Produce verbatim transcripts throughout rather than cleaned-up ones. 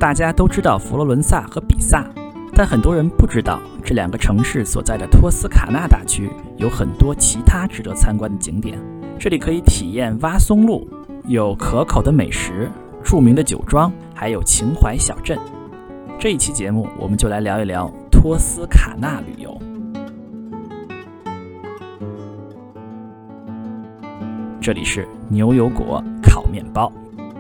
大家都知道佛罗伦萨和比萨，但很多人不知道这两个城市所在的托斯卡纳大区有很多其他值得参观的景点。这里可以体验挖松露，有可口的美食，著名的酒庄，还有情怀小镇。这一期节目我们就来聊一聊托斯卡纳旅游。这里是牛油果烤面包。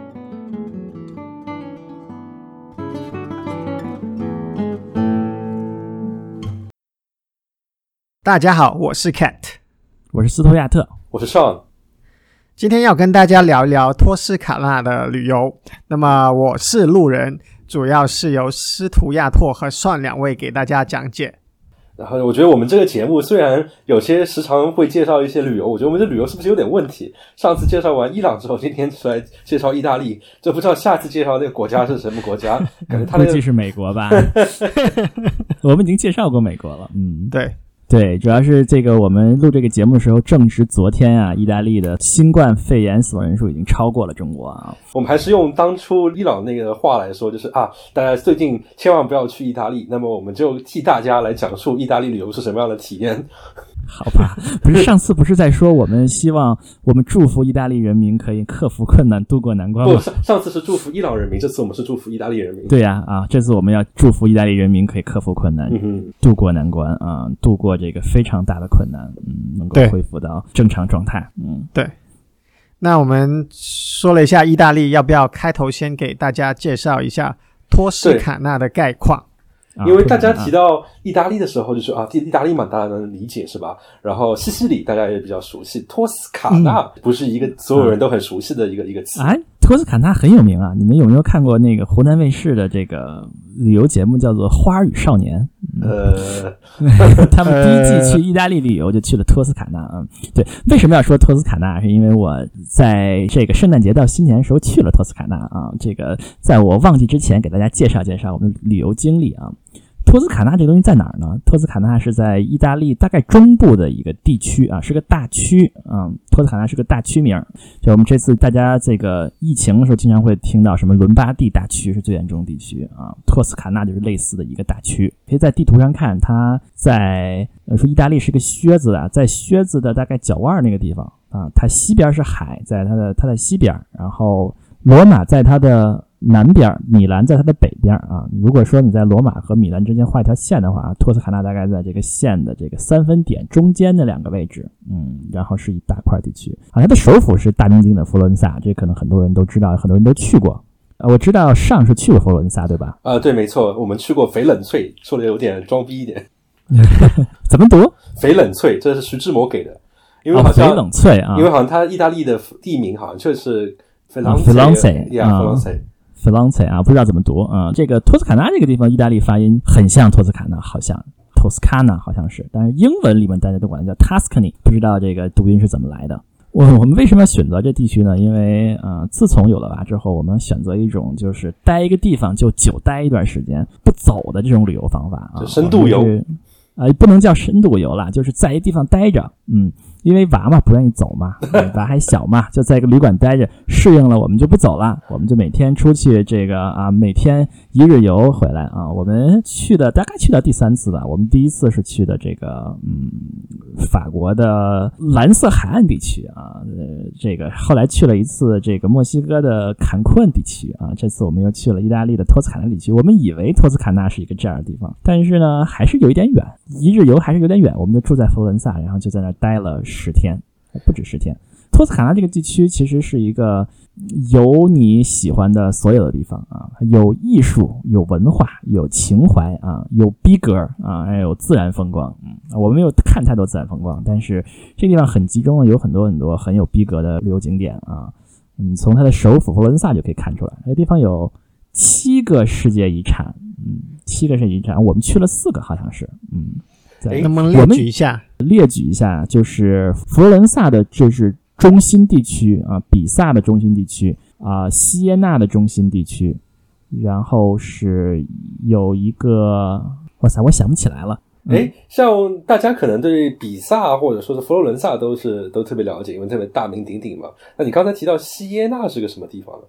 大家好，我是 Cat， 我是斯图亚特， 我是 Sean。 今天要跟大家聊一聊托斯卡纳的旅游。那么我是路人，主要是由斯图亚特和 Sean 两位给大家讲解。 然后我觉得我们这个节目虽然有些时常会介绍一些旅游，我觉得我们这旅游是不是有点问题？上次介绍完伊朗之后，今天出来介绍意大利，就不知道下次介绍那个国家是什么国家。感觉他那个估计是美国吧。我们已经介绍过美国了。嗯， 对。 对，主要是这个我们录这个节目的时候，正值昨天啊，意大利的新冠肺炎死亡人数已经超过了中国啊。 我们还是用当初伊朗那个话来说，就是啊，大家最近千万不要去意大利。那么我们就替大家来讲述意大利旅游是什么样的体验。 好吧，不是上次不是在说我们希望我们祝福意大利人民可以克服困难渡过难关吗？ 不，上上次是祝福伊朗人民，这次我们是祝福意大利人民。 对呀 啊, 啊，这次我们要祝福意大利人民可以克服困难，嗯、渡过难关啊，度过这个非常大的困难，嗯，能够恢复到正常状态。嗯， 对。那我们说了一下意大利，要不要开头先给大家介绍一下托斯卡纳的概况？ 因为大家提到意大利的时候，就是啊，意大利嘛，大家能理解是吧？然后西西里大家也比较熟悉，托斯卡纳不是一个所有人都很熟悉的一个、嗯、一个词。 哎，托斯卡纳很有名啊！你们有没有看过那个湖南卫视的这个旅游节目，叫做《花儿与少年》？ 呃， 他们第一季去意大利旅游就去了托斯卡纳啊、嗯。对，为什么要说托斯卡纳？是因为我在这个圣诞节到新年的时候去了托斯卡纳啊。这个在我忘记之前，给大家介绍介绍我们的旅游经历啊。托斯卡纳这个东西在哪儿呢？托斯卡纳是在意大利大概中部的一个地区啊，是个大区啊、嗯。托斯卡纳是个大区名，就我们这次大家这个疫情的时候经常会听到什么伦巴第大区是最严重的地区啊，托斯卡纳就是类似的一个大区。可以在地图上看，它在呃说意大利是个靴子啊，在靴子的大概脚腕那个地方啊，它西边是海，在它的它的西边，然后罗马在它的南边，米兰在它的北边啊。如果说你在罗马和米兰之间画一条线的话，托斯卡纳大概在这个线的这个三分点中间的两个位置，嗯，然后是一大块地区啊。它的首府是大名鼎鼎的佛罗伦萨，这可能很多人都知道，很多人都去过。呃，我知道上是去过佛罗伦萨，对吧？ 啊、呃，对，没错，我们去过翡冷翠，说的有点装逼一点。 怎么读？ 翡冷翠，这是徐志摩给的，因为好像、 哦、翡冷翠啊， 因为好像它意大利的地名好像就是翡冷翠，翡冷翠呀，翡冷翠。 弗朗茨啊，不知道怎么读啊、嗯。这个托斯卡纳这个地方，意大利发音很像托斯卡纳，好像托斯卡纳好像是，但是英文里面大家都管它叫 Tuscany， 不知道这个读音是怎么来的。我我们为什么要选择这地区呢？因为呃，自从有了娃之后，我们选择一种就是待一个地方就久待一段时间不走的这种旅游方法啊， 就深度游。 呃，不能叫深度游啦，就是在一地方待着，嗯，因为娃嘛不愿意走嘛，娃还小嘛，就在一个旅馆待着，适应了我们就不走了，我们就每天出去这个啊，每天一日游回来啊。我们去的大概去到第三次吧，我们第一次是去的这个嗯法国的蓝色海岸地区啊，呃，这个后来去了一次这个墨西哥的坎昆地区啊，这次我们又去了意大利的托斯卡纳地区。我们以为托斯卡纳是一个这样的地方，但是呢还是有一点远。一日游还是有点远，我们就住在佛罗伦萨，然后就在那儿待了十天，不止十天。托斯卡纳这个地区其实是一个有你喜欢的所有的地方啊，有艺术，有文化，有情怀啊，有逼格啊，还有自然风光。嗯，我们没有看太多自然风光，但是这个地方很集中，有很多很多很有逼格的旅游景点啊。嗯，从它的首府佛罗伦萨就可以看出来，这个地方有七个世界遗产。嗯，七个世界遗产，我们去了四个，好像是。嗯， 能不能列举一下？ 列举一下，就是佛罗伦萨的这是中心地区啊，比萨的中心地区啊，锡耶纳的中心地区，然后是有一个，哇塞，我想不起来了。 诶、嗯、像大家可能对比萨或者说是佛罗伦萨都是都特别了解，因为特别大名鼎鼎嘛。那你刚才提到锡耶纳是个什么地方呢？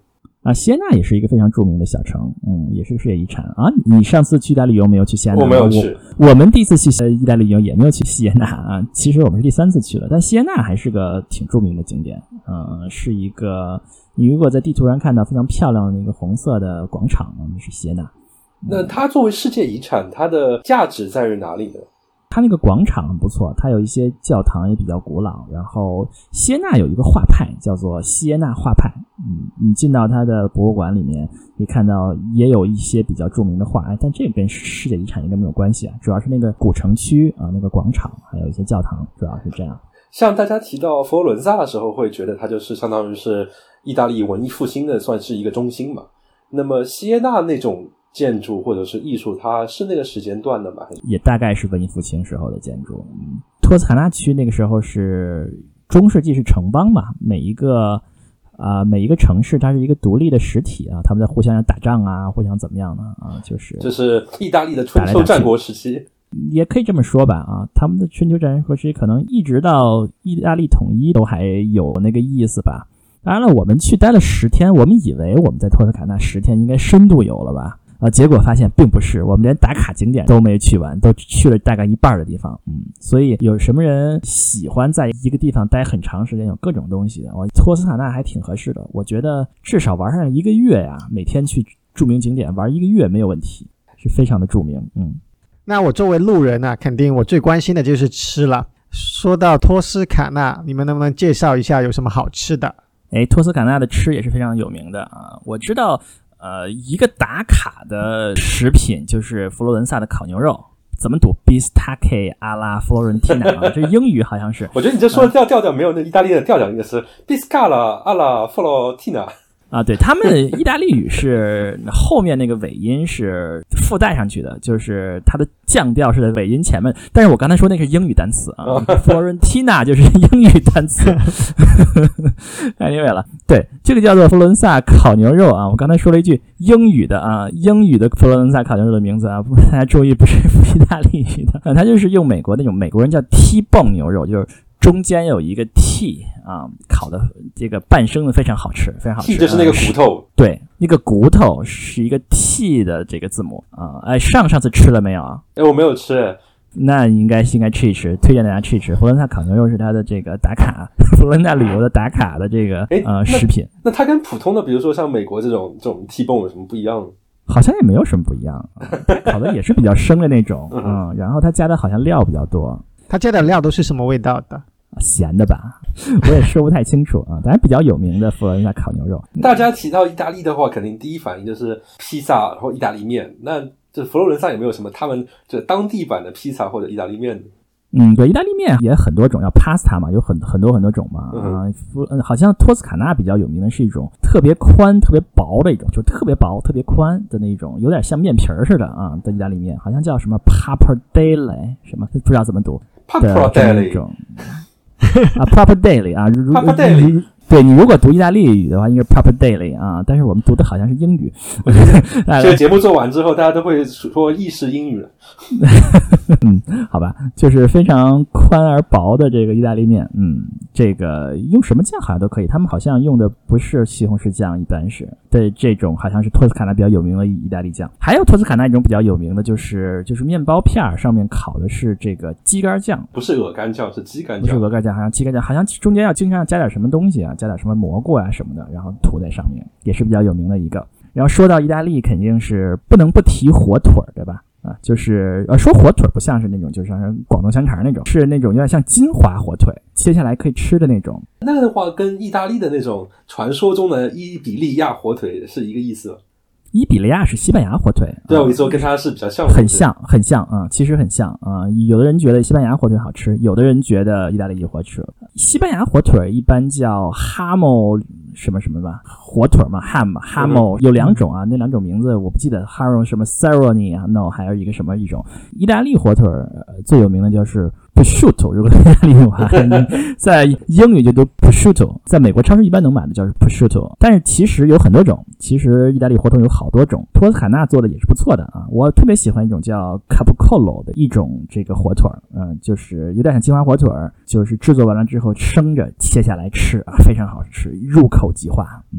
啊，锡耶纳也是一个非常著名的小城，嗯，也是世界遗产啊。你上次去意大利游没有去锡耶纳？ 我没有去。 我, 我们第一次去意大利游也没有去锡耶纳啊。其实我们是第三次去了，但锡耶纳还是个挺著名的景点，嗯，是一个你如果在地图上看到非常漂亮的那个红色的广场，那是锡耶纳。 那它作为世界遗产，它的价值在于哪里呢？ 它那个广场很不错，它有一些教堂也比较古老，然后锡耶纳有一个画派叫做锡耶纳画派，嗯，你进到它的博物馆里面可以看到也有一些比较著名的画，但这个跟世界遗产应该没有关系啊，主要是那个古城区啊，那个广场还有一些教堂，主要是这样。 像大家提到佛罗伦萨的时候会觉得它就是相当于是意大利文艺复兴的算是一个中心嘛，那么锡耶纳那种建筑或者是艺术，它是那个时间段的吗？ 也大概是文艺复兴时候的建筑。嗯，托斯卡纳区那个时候是中世纪是城邦嘛，每一个啊、呃、每一个城市它是一个独立的实体啊，他们在互相打仗啊，互相怎么样呢啊？就是就是意大利的春秋战国时期， 也可以这么说吧啊，他们的春秋战国时期可能一直到意大利统一都还有那个意思吧。当然了，我们去待了十天，我们以为我们在托斯卡纳十天应该深度游了吧。啊，结果发现并不是，我们连打卡景点都没去完，都去了大概一半的地方。嗯，所以有什么人喜欢在一个地方待很长时间，有各种东西，我托斯卡纳还挺合适的。我觉得至少玩上一个月呀，每天去著名景点玩一个月没有问题，是非常的著名。嗯， 那我作为路人啊，肯定我最关心的就是吃了。说到托斯卡纳，你们能不能介绍一下有什么好吃的？ 诶，托斯卡纳的吃也是非常有名的啊，我知道。呃，一个打卡的食品就是佛罗伦萨的烤牛肉，怎么读 Bistecche alla Florentina 啊？这英语好像是。 我觉得你这说的调调调没有那意大利的调调，应该是 Biscala alla Florentina。 啊，对，他们意大利语是后面那个尾音是附带上去的，就是它的降调是在尾音前面。但是我刚才说那是英语单词啊 ，Florentina 就是英语单词。anyway 了，对，这个叫做佛罗伦萨烤牛肉啊。我刚才说了一句英语的啊，英语的佛罗伦萨烤牛肉的名字啊，大家注意不是意大利语的，啊，它就是用美国那种美国人叫 T-bone 牛肉，就是中间有一个 T 啊，烤的这个半生的非常好吃，非常好吃。 T 就是那个骨头， 对，那个骨头是一个 T 的这个字母啊。哎，上上次吃了没有啊？ 哎，我没有吃。 那应该应该吃一吃，推荐大家吃一吃。佛罗伦萨烤牛肉是它的这个打卡，佛罗伦萨旅游的打卡的这个呃食品。 那它跟普通的，比如说像美国这种这种 T-bone 有什么不一样？ 好像也没有什么不一样，啊，烤的也是比较生的那种，嗯，然后它加的好像料比较多。 它加的料都是什么味道的？ 咸的吧，我也说不太清楚啊。当然比较有名的佛罗伦萨烤牛肉， 大家提到意大利的话，肯定第一反应就是披萨，然后意大利面。那这佛罗伦萨有没有什么他们这当地版的披萨或者意大利面呢？ 嗯，对，意大利面也很多种，叫 pasta 嘛，有很很多很多种嘛。啊、嗯，好像托斯卡纳比较有名的是一种特别宽、特别薄的一种，就是特别薄、特别宽的那种，有点像面皮儿似的啊的意大利面，好像叫什么 pappardelle 什么，不知道怎么读。 pappardelle 啊 ，pappardelle 啊 ，pappardelle。 对，你如果读意大利语的话，应该是 pappardelle 啊，但是我们读的好像是英语。 这个节目做完之后，大家都会说意式英语了。 嗯，好吧，就是非常宽而薄的这个意大利面。嗯，这个用什么酱好像都可以，他们好像用的不是西红柿酱，一般是对这种好像是托斯卡纳比较有名的意大利酱。还有托斯卡纳一种比较有名的就是就是面包片上面烤的是这个鸡肝酱， 不是鹅肝酱，是鸡肝酱， 不是鹅肝酱，好像鸡肝酱，好像中间要经常加点什么东西啊。加点什么蘑菇啊什么的，然后涂在上面，也是比较有名的一个。然后说到意大利，肯定是不能不提火腿，对吧？啊，就是呃，说火腿不像是那种，就像是广东香肠那种，是那种有点像金华火腿，切下来可以吃的那种。 那个的话，跟意大利的那种传说中的伊比利亚火腿是一个意思吗？ 伊比利亚是西班牙火腿， 对，我一说跟它是比较像的， 很像，很像啊、嗯，其实很像啊、嗯。有的人觉得西班牙火腿好吃，有的人觉得意大利火腿。西班牙火腿一般叫哈莫什么什么吧，火腿嘛 ，ham 哈莫有两种啊，那两种名字我不记得 ，ham 什么 Saroni 啊 ，no， 还有一个什么一种。意大利火腿、呃、最有名的就是 prosciutto， 如果意大利话，在英语就读 prosciutto， 在美国超市一般能买的叫 prosciutto， 但是其实有很多种，其实意大利火腿有好多种，托斯卡纳做的也是不错的啊。我特别喜欢一种叫 capicola 的一种这个火腿，嗯、呃，就是有点像金华火腿，就是制作完了之后生着切下来吃啊，非常好吃，入口即化。嗯，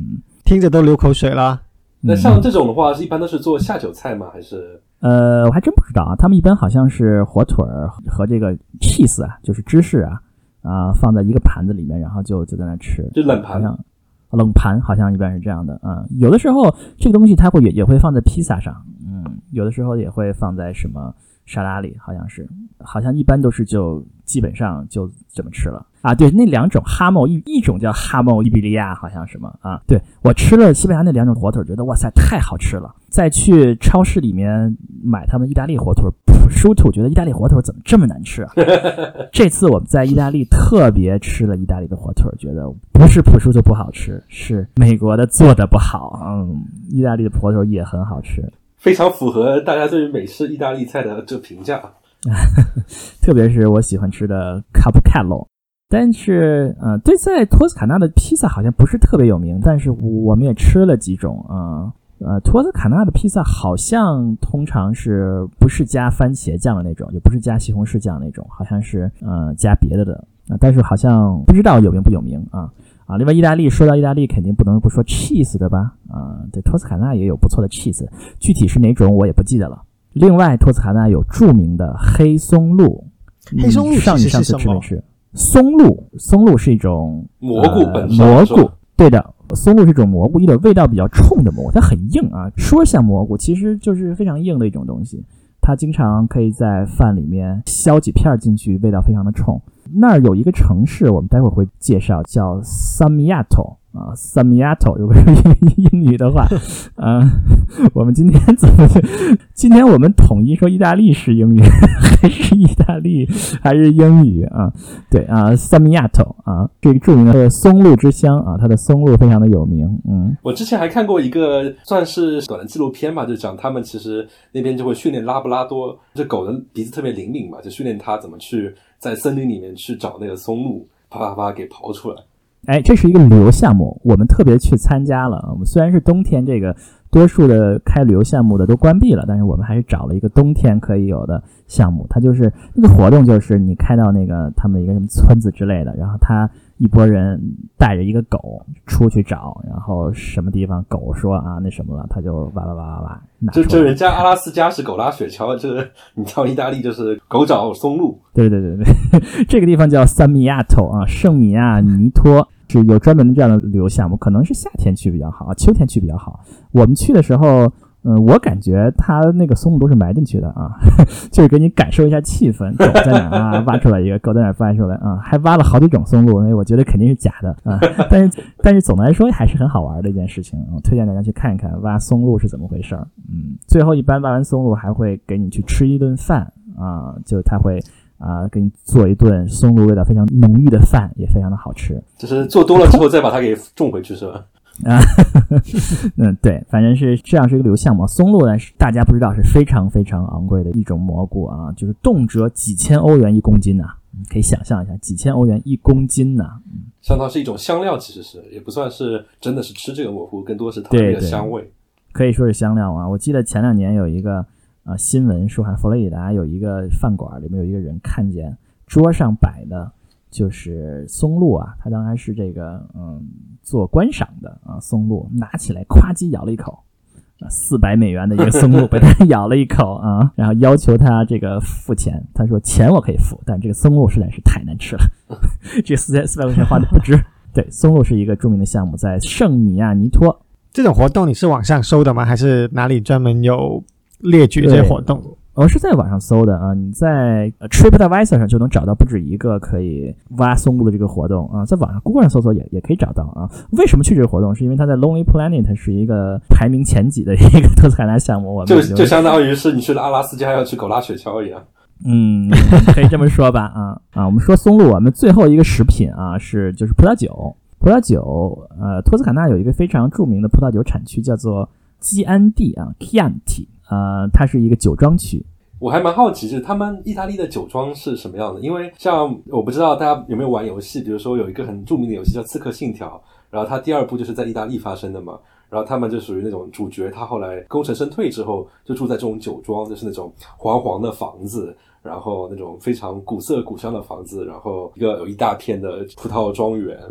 听着都流口水了。 那像这种的话，一般都是做下酒菜吗？还是？ 呃，我还真不知道啊。他们一般好像是火腿儿和这个 cheese 啊，就是芝士啊，啊、呃，放在一个盘子里面，然后就就在那吃。 就冷盘。 好像冷盘好像一般是这样的啊、嗯。有的时候这个东西它会也也会放在披萨上，嗯，有的时候也会放在什么沙拉里，好像是，好像一般都是就基本上就这么吃了。啊，对，那两种哈莫一一种叫哈莫伊比利亚，好像什么啊？对，我吃了西班牙那两种火腿，觉得哇塞太好吃了。再去超市里面买他们意大利火腿，普舒图，觉得意大利火腿怎么这么难吃啊？这次我们在意大利特别吃了意大利的火腿，觉得不是普舒图不好吃，是美国的做的不好。嗯，意大利的火腿也很好吃， 非常符合大家对于美式意大利菜的这评价。 特别是我喜欢吃的卡布卡罗。但是，呃，对，在托斯卡纳的披萨好像不是特别有名，但是我们也吃了几种啊。呃, 呃，托斯卡纳的披萨好像通常是不是加番茄酱的那种，就不是加西红柿酱那种，好像是呃加别的的啊、呃。但是好像不知道有名不有名啊啊。另外，意大利说到意大利，肯定不能不说 cheese 对吧？啊，对，托斯卡纳也有不错的 cheese， 具体是哪种我也不记得了。另外，托斯卡纳有著名的黑松露， 黑松露上你上次吃没吃？松露，松露是一种蘑菇本身、 呃、蘑菇，对的，松露是一种蘑菇，一种味道比较冲的蘑菇，它很硬啊，说像蘑菇，其实就是非常硬的一种东西。它经常可以在饭里面削几片进去，味道非常的冲。那儿有一个城市，我们待会儿会介绍，叫 Samiato 啊 ，Samiato， 如果是英语的话，啊，我们今天怎么就？今天我们统一说意大利式英语，还是意大利，还是英语啊？对啊 ，Samiato 啊，这个著名的松露之乡啊，它的松露非常的有名。嗯， 我之前还看过一个算是短的纪录片吧，就讲他们其实那边就会训练拉布拉多，这狗的鼻子特别灵敏嘛，就训练它怎么去在森林里面去找那个松露，啪啪啪给刨出来。 哎，这是一个旅游项目，我们特别去参加了。我们虽然是冬天，这个多数的开旅游项目的都关闭了，但是我们还是找了一个冬天可以有的项目。它就是那个活动，就是你开到那个他们一个什么村子之类的，然后他一拨人带着一个狗出去找，然后什么地方狗说啊那什么了，他就哇哇哇哇哇拿出来。 就就人家阿拉斯加是狗拉雪橇，这个你到意大利就是狗找松露。 对对对对，这个地方叫萨米亚托啊，圣米亚尼托。是有专门的这样的旅游项目，可能是夏天去比较好，秋天去比较好。我们去的时候，嗯，我感觉它那个松露都是埋进去的啊，就是给你感受一下气氛。狗在哪啊，挖出来一个；狗在哪挖出来啊，还挖了好几种松露，所以我觉得肯定是假的啊。但是但是总的来说还是很好玩的一件事情，我推荐大家去看一看挖松露是怎么回事儿。嗯，最后一般挖完松露还会给你去吃一顿饭啊，就他会。啊，给你做一顿松露味道非常浓郁的饭，也非常的好吃。 就是做多了之后再把它给种回去是吧？ 啊，嗯，对，反正是这样，是一个旅游项目。松露呢，大家不知道是非常非常昂贵的一种蘑菇啊，就是动辄几千欧元一公斤呐、啊，可以想象一下，几千欧元一公斤呐、啊，嗯， 相当是一种香料，其实是也不算是真的是吃这个蘑菇，更多是它的那个香味。 可以说是香料啊。我记得前两年有一个。啊，新闻说，还佛罗里达有一个饭馆，里面有一个人看见桌上摆的就是松露啊，他当然是这个嗯做观赏的啊，松露拿起来夸叽咬了一口，啊，四百美元的一个松露被他咬了一口啊，然后要求他这个付钱，他说钱我可以付，但这个松露实在是太难吃了，这四千四百块钱花的不值。对，松露是一个著名的项目，在圣米亚尼托。 这种活动你是网上搜的吗？还是哪里专门有？列举这些活动， 我是在网上搜的啊，你在 TripAdvisor 上就能找到不止一个可以挖松露的这个活动啊，在网上 Google 上搜索也也可以找到啊。为什么去这个活动？是因为它在 Lonely Planet 是一个排名前几的一个托斯卡纳项目，我们就就相当于是你去了阿拉斯加要去狗拉雪橇一样。 嗯，可以这么说吧啊啊，我们说松露，我们最后一个食品啊是就是葡萄酒，葡萄酒呃，托斯卡纳有一个非常著名的葡萄酒产区叫做基安蒂啊 Chianti。呃，它是一个酒庄区。 我还蛮好奇，就是他们意大利的酒庄是什么样的？因为像我不知道大家有没有玩游戏，比如说有一个很著名的游戏叫《刺客信条》，然后它第二部就是在意大利发生的嘛。然后他们就属于那种主角，他后来功成身退之后，就住在这种酒庄，就是那种黄黄的房子，然后那种非常古色古香的房子，然后一个有一大片的葡萄庄园。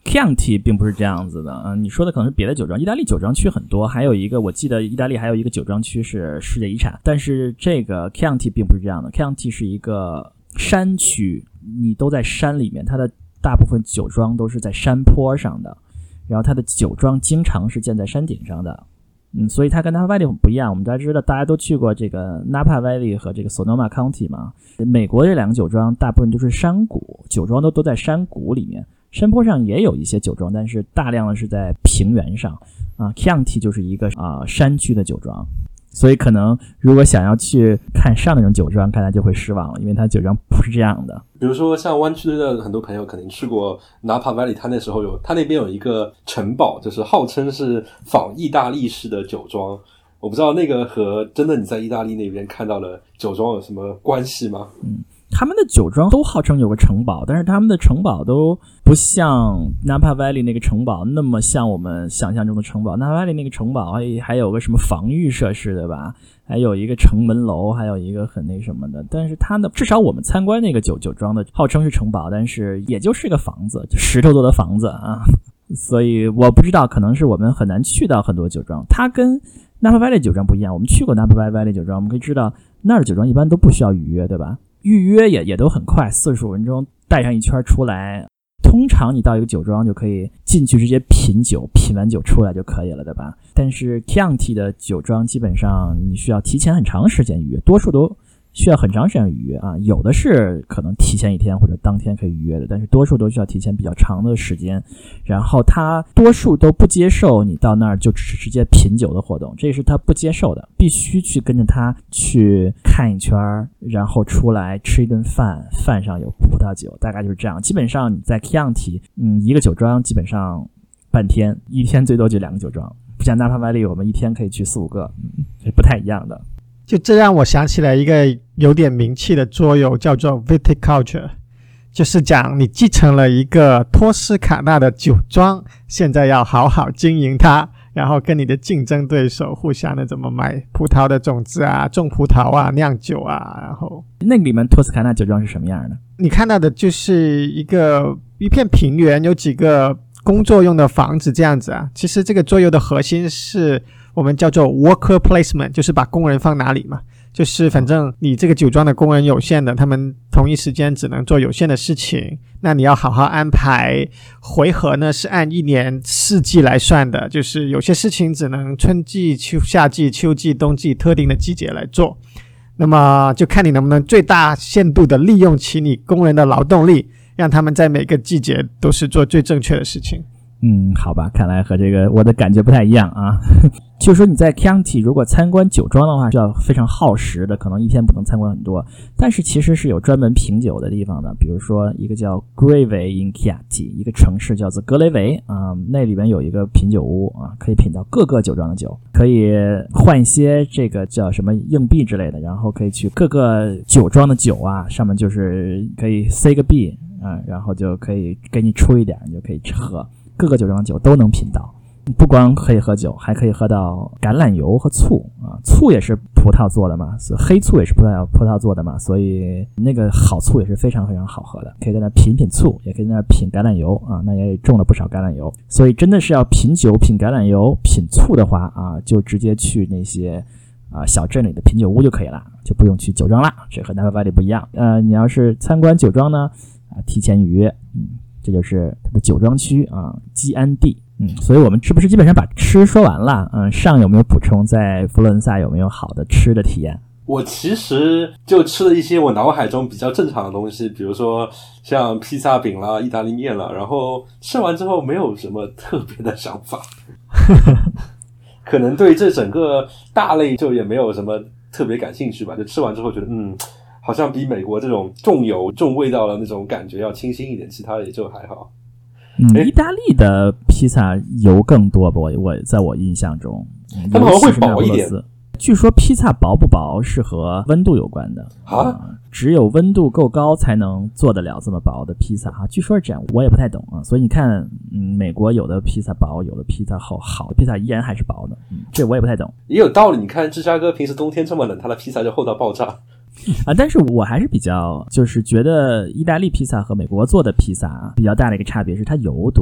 Chianti 并不是这样子的，嗯，你说的可能是别的酒庄。意大利酒庄区很多，还有一个我记得意大利还有一个酒庄区是世界遗产，但是这个 Chianti 并不是这样的。Chianti 是一个山区，你都在山里面，它的大部分酒庄都是在山坡上的，然后它的酒庄经常是建在山顶上的。嗯，所以它跟 Napa Valley 不一样。我们大家知道，大家都去过这个 Napa Valley 和这个 Sonoma County 嘛。美国这两个酒庄大部分都是山谷，酒庄都都在山谷里面。山坡上也有一些酒庄，但是大量的是在平原上啊。Chianti 就是一个啊山区的酒庄，所以可能如果想要去看上那种酒庄，看来就会失望了，因为它酒庄不是这样的。 比如说像湾区的很多朋友肯定去过 Napa Valley， 他那时候有他那边有一个城堡，就是号称是仿意大利式的酒庄。我不知道那个和真的你在意大利那边看到的酒庄有什么关系吗？ 嗯。他们的酒庄都号称有个城堡，但是他们的城堡都不像 Napa Valley 那个城堡那么像我们想象中的城堡。Napa Valley 那个城堡还还有个什么防御设施，对吧？还有一个城门楼，还有一个很那什么的。但是它的至少我们参观那个酒酒庄的号称是城堡，但是也就是个房子，就石头做的房子啊。所以我不知道，可能是我们很难去到很多酒庄。它跟 Napa Valley 酒庄不一样，我们去过 Napa Valley 酒庄，我们可以知道那儿的酒庄一般都不需要预约，对吧？预约也也都很快，四十五分钟带上一圈出来。通常你到一个酒庄就可以进去直接品酒，品完酒出来就可以了，对吧？但是 Chianti 的酒庄基本上你需要提前很长时间预约，多数都需要很长时间预约啊，有的是可能提前一天或者当天可以预约的，但是多数都需要提前比较长的时间。然后他多数都不接受你到那儿就直接品酒的活动，这是他不接受的，必须去跟着他去看一圈，然后出来吃一顿饭，饭上有葡萄酒，大概就是这样。基本上你在 Chianti， 嗯，一个酒庄基本上半天，一天最多就两个酒庄，不像 Napa Valley 我们一天可以去四五个，嗯，这不太一样的。 就这让我想起来一个有点名气的桌游，叫做 Viticulture， 就是讲你继承了一个托斯卡纳的酒庄，现在要好好经营它，然后跟你的竞争对手互相的怎么买葡萄的种子啊，种葡萄啊，酿酒啊。然后那个里面托斯卡纳酒庄是什么样的？ 你看到的就是一个一片平原，有几个工作用的房子这样子啊。其实这个桌游的核心是我们叫做 worker placement， 就是把工人放哪里嘛，就是反正你这个酒庄的工人有限的，他们同一时间只能做有限的事情，那你要好好安排。回合呢是按一年四季来算的，就是有些事情只能春季、秋夏季、秋季、冬季特定的季节来做，那么就看你能不能最大限度的利用起你工人的劳动力，让他们在每个季节都是做最正确的事情。 嗯，好吧，看来和这个我的感觉不太一样啊。就是说你在 Chianti 如果参观酒庄的话是要非常耗时的，可能一天不能参观很多，但是其实是有专门品酒的地方的。比如说一个叫 Greve in Chianti， 一个城市叫做格雷维啊、嗯，那里边有一个品酒屋啊，可以品到各个酒庄的酒，可以换一些这个叫什么硬币之类的，然后可以去各个酒庄的酒啊，上面就是可以塞个币啊，然后就可以给你出一点，你就可以喝。各个酒庄的酒都能品到，不光可以喝酒，还可以喝到橄榄油和醋啊，醋也是葡萄做的嘛，黑醋也是葡萄葡萄做的嘛，所以那个好醋也是非常非常好喝的，可以在那品品醋，也可以在那品橄榄油啊，那也种了不少橄榄油，所以真的是要品酒、品橄榄油、品醋的话啊，就直接去那些啊小镇里的品酒屋就可以了，就不用去酒庄啦，这和 Napa Valley 不一样。呃，你要是参观酒庄呢，啊，提前预约，嗯。这就是它的酒庄区啊，基安地。嗯，所以我们是不是基本上把吃说完了？嗯，上有没有补充？在佛罗伦萨有没有好的吃的体验？ 我其实就吃了一些我脑海中比较正常的东西，比如说像披萨饼啦、意大利面啦，然后吃完之后没有什么特别的想法，可能对这整个大类就也没有什么特别感兴趣吧。就吃完之后觉得，嗯。好像比美国这种重油重味道的那种感觉要清新一点，其他也就还好。 嗯，意大利的披萨油更多吧？我我在我印象中， 他们好像会薄一点。 据说披萨薄不薄是和温度有关的啊，只有温度够高才能做得了这么薄的披萨哈。据说是这样，我也不太懂啊。所以你看，嗯，美国有的披萨薄，有的披萨厚，好的披萨依然还是薄的，嗯，这我也不太懂。 也有道理，你看芝加哥平时冬天这么冷，它的披萨就厚到爆炸。 啊，但是我还是比较就是觉得意大利披萨和美国做的披萨比较大的一个差别是它油多，它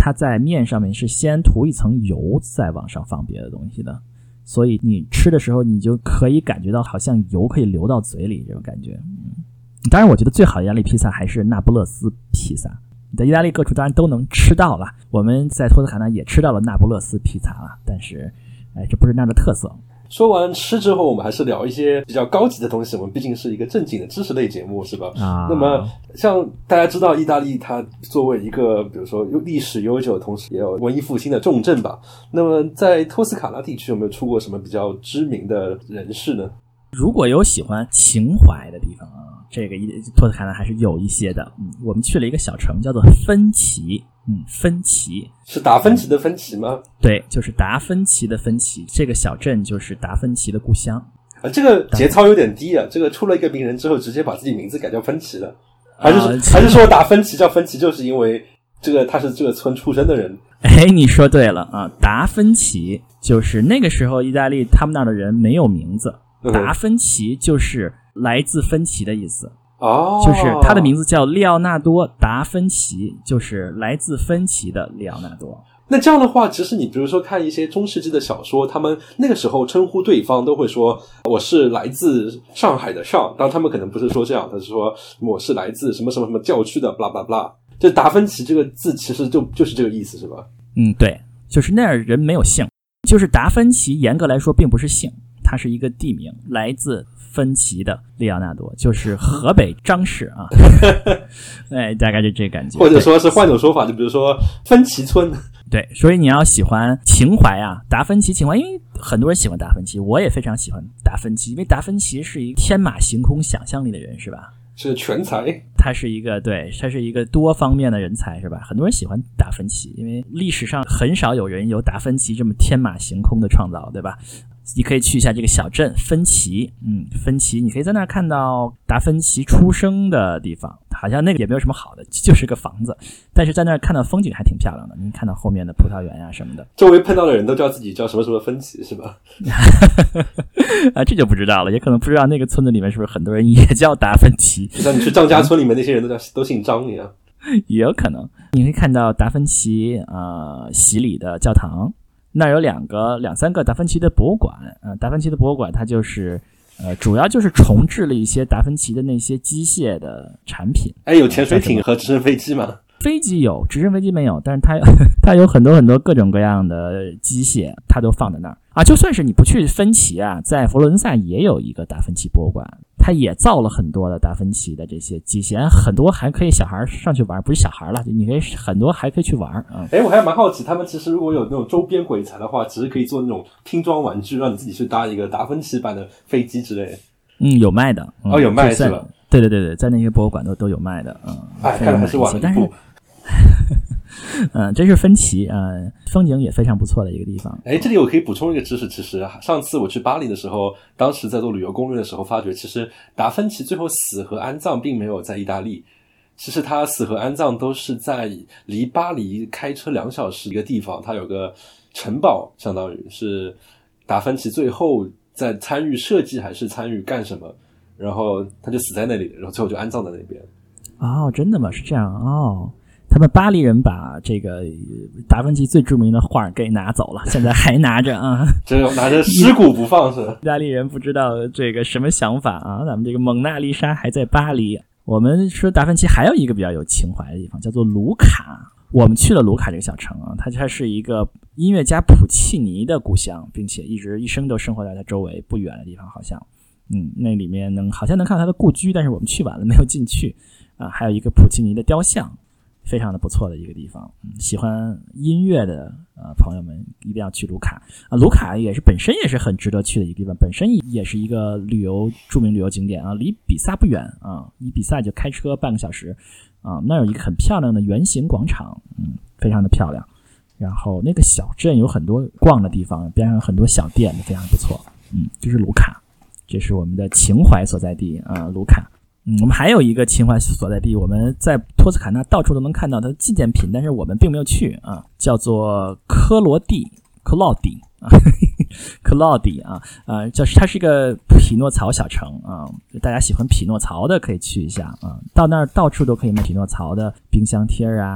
它在面上面是先涂一层油，再往上放别的东西的，所以你吃的时候你就可以感觉到好像油可以流到嘴里这种感觉。嗯，当然我觉得最好的意大利披萨还是那不勒斯披萨，你在意大利各处当然都能吃到了，我们在托斯卡纳也吃到了那不勒斯披萨了，但是哎，这不是那儿的特色。 说完吃之后，我们还是聊一些比较高级的东西，我们毕竟是一个正经的知识类节目，是吧？ 啊， 那么像大家知道意大利它作为一个比如说历史悠久同时也有文艺复兴的重镇吧，那么在托斯卡纳地区有没有出过什么比较知名的人士呢？ 如果有喜欢情怀的地方啊，这个托斯卡纳还是有一些的。嗯，我们去了一个小城叫做芬奇。嗯，芬奇是达芬奇的芬奇吗？ 对，就是达芬奇的芬奇，这个小镇就是达芬奇的故乡。 啊，这个节操有点低啊！这个出了一个名人之后，直接把自己名字改叫芬奇了，还是、呃、还是说达芬奇叫芬奇，就是因为这个他是这个村出生的人？ 哎，你说对了啊！达芬奇就是那个时候意大利他们那儿的人没有名字， 嗯、 达芬奇就是来自芬奇的意思。 哦， 就是他的名字叫利奥纳多·达芬奇，就是来自芬奇的利奥纳多。 那这样的话，其实你比如说看一些中世纪的小说，他们那个时候称呼对方都会说我是来自上海的上，当然他们可能不是说这样，他是说我是来自什么什么什么教区的 blah blah blah。就达芬奇这个字其实就就是这个意思，是吧？ 嗯，对，就是那样人没有姓，就是达芬奇严格来说并不是姓，它是一个地名，来自芬奇的利奥纳多，就是河北张氏啊。哎，大概就这感觉。 或者说是换种说法，就比如说芬奇村。 对，所以你要喜欢情怀啊，达芬奇情怀，因为很多人喜欢达芬奇，我也非常喜欢达芬奇，因为达芬奇是一个天马行空想象力的人，是吧？ 是全才， 他是一个对，他是一个多方面的人才，是吧？很多人喜欢达芬奇，因为历史上很少有人有达芬奇这么天马行空的创造，对吧？你可以去一下这个小镇芬奇，嗯，芬奇，你可以在那儿看到达芬奇出生的地方，好像那个也没有什么好的，就是个房子，但是在那儿看到风景还挺漂亮的，你看到后面的葡萄园呀、啊、什么的。 周围碰到的人都叫自己叫什么什么芬奇，是吧？ 啊，这就不知道了，也可能不知道那个村子里面是不是很多人也叫达芬奇， 就像你去张家村里面那些人都叫都姓张一样， 也有可能。你会看到达芬奇呃洗礼的教堂。那儿有两个两三个达芬奇的博物馆，呃，达芬奇的博物馆它就是呃，主要就是重置了一些达芬奇的那些机械的产品。 哎，有潜水艇和直升飞机吗？ 飞机有，直升飞机没有，但是它它有很多很多各种各样的机械，它都放在那儿啊。就算是你不去芬奇啊，在佛罗伦萨也有一个达芬奇博物馆，它也造了很多的达芬奇的这些机械，很多还可以小孩上去玩，不是小孩了，你可以很多还可以去玩啊。 哎、嗯，我还蛮好奇，他们其实如果有那种周边鬼才的话，其实可以做那种拼装玩具，让你自己去搭一个达芬奇版的飞机之类的。 嗯，有卖的。嗯、 哦，有卖是吧？ 对对对对，在那些博物馆都都有卖的。嗯， 哎，看来还是晚了一步。 嗯，这是芬奇，嗯，风景也非常不错的一个地方。 哎，这里我可以补充一个知识，其实上次我去巴黎的时候，当时在做旅游攻略的时候，发觉其实达芬奇最后死和安葬并没有在意大利，其实他死和安葬都是在离巴黎开车两小时一个地方，他有个城堡，相当于是达芬奇最后在参与设计还是参与干什么，然后他就死在那里，然后最后就安葬在那边。 哦，真的吗？是这样哦。他们巴黎人把这个达芬奇最著名的画给拿走了，现在还拿着啊， 这拿着尸骨不放是吧？ 意大利人不知道这个什么想法啊，咱们这个蒙娜丽莎还在巴黎。我们说达芬奇还有一个比较有情怀的地方叫做卢卡，我们去了卢卡这个小城啊，它它是一个音乐家普契尼的故乡，并且一直一生都生活在他周围不远的地方，好像嗯，那里面能好像能看到他的故居，但是我们去晚了没有进去啊。还有一个普契尼的雕像，非常的不错的一个地方。嗯，喜欢音乐的呃朋友们一定要去卢卡啊。卢卡也是本身也是很值得去的一个地方，本身也是一个旅游著名旅游景点啊，离比萨不远啊，离比萨就开车半个小时啊。那有一个很漂亮的圆形广场，嗯，非常的漂亮。然后那个小镇有很多逛的地方，边上有很多小店，非常不错。嗯，这是卢卡，这是我们的情怀所在地啊，卢卡。嗯，我们还有一个情怀所在地，我们在托斯卡纳到处都能看到它的纪念品，但是我们并没有去啊，叫做科罗蒂，克劳迪啊，克劳迪啊，呃，就是它是一个匹诺曹小城啊，大家喜欢匹诺曹的可以去一下啊，到那儿到处都可以买匹诺曹的冰箱贴啊、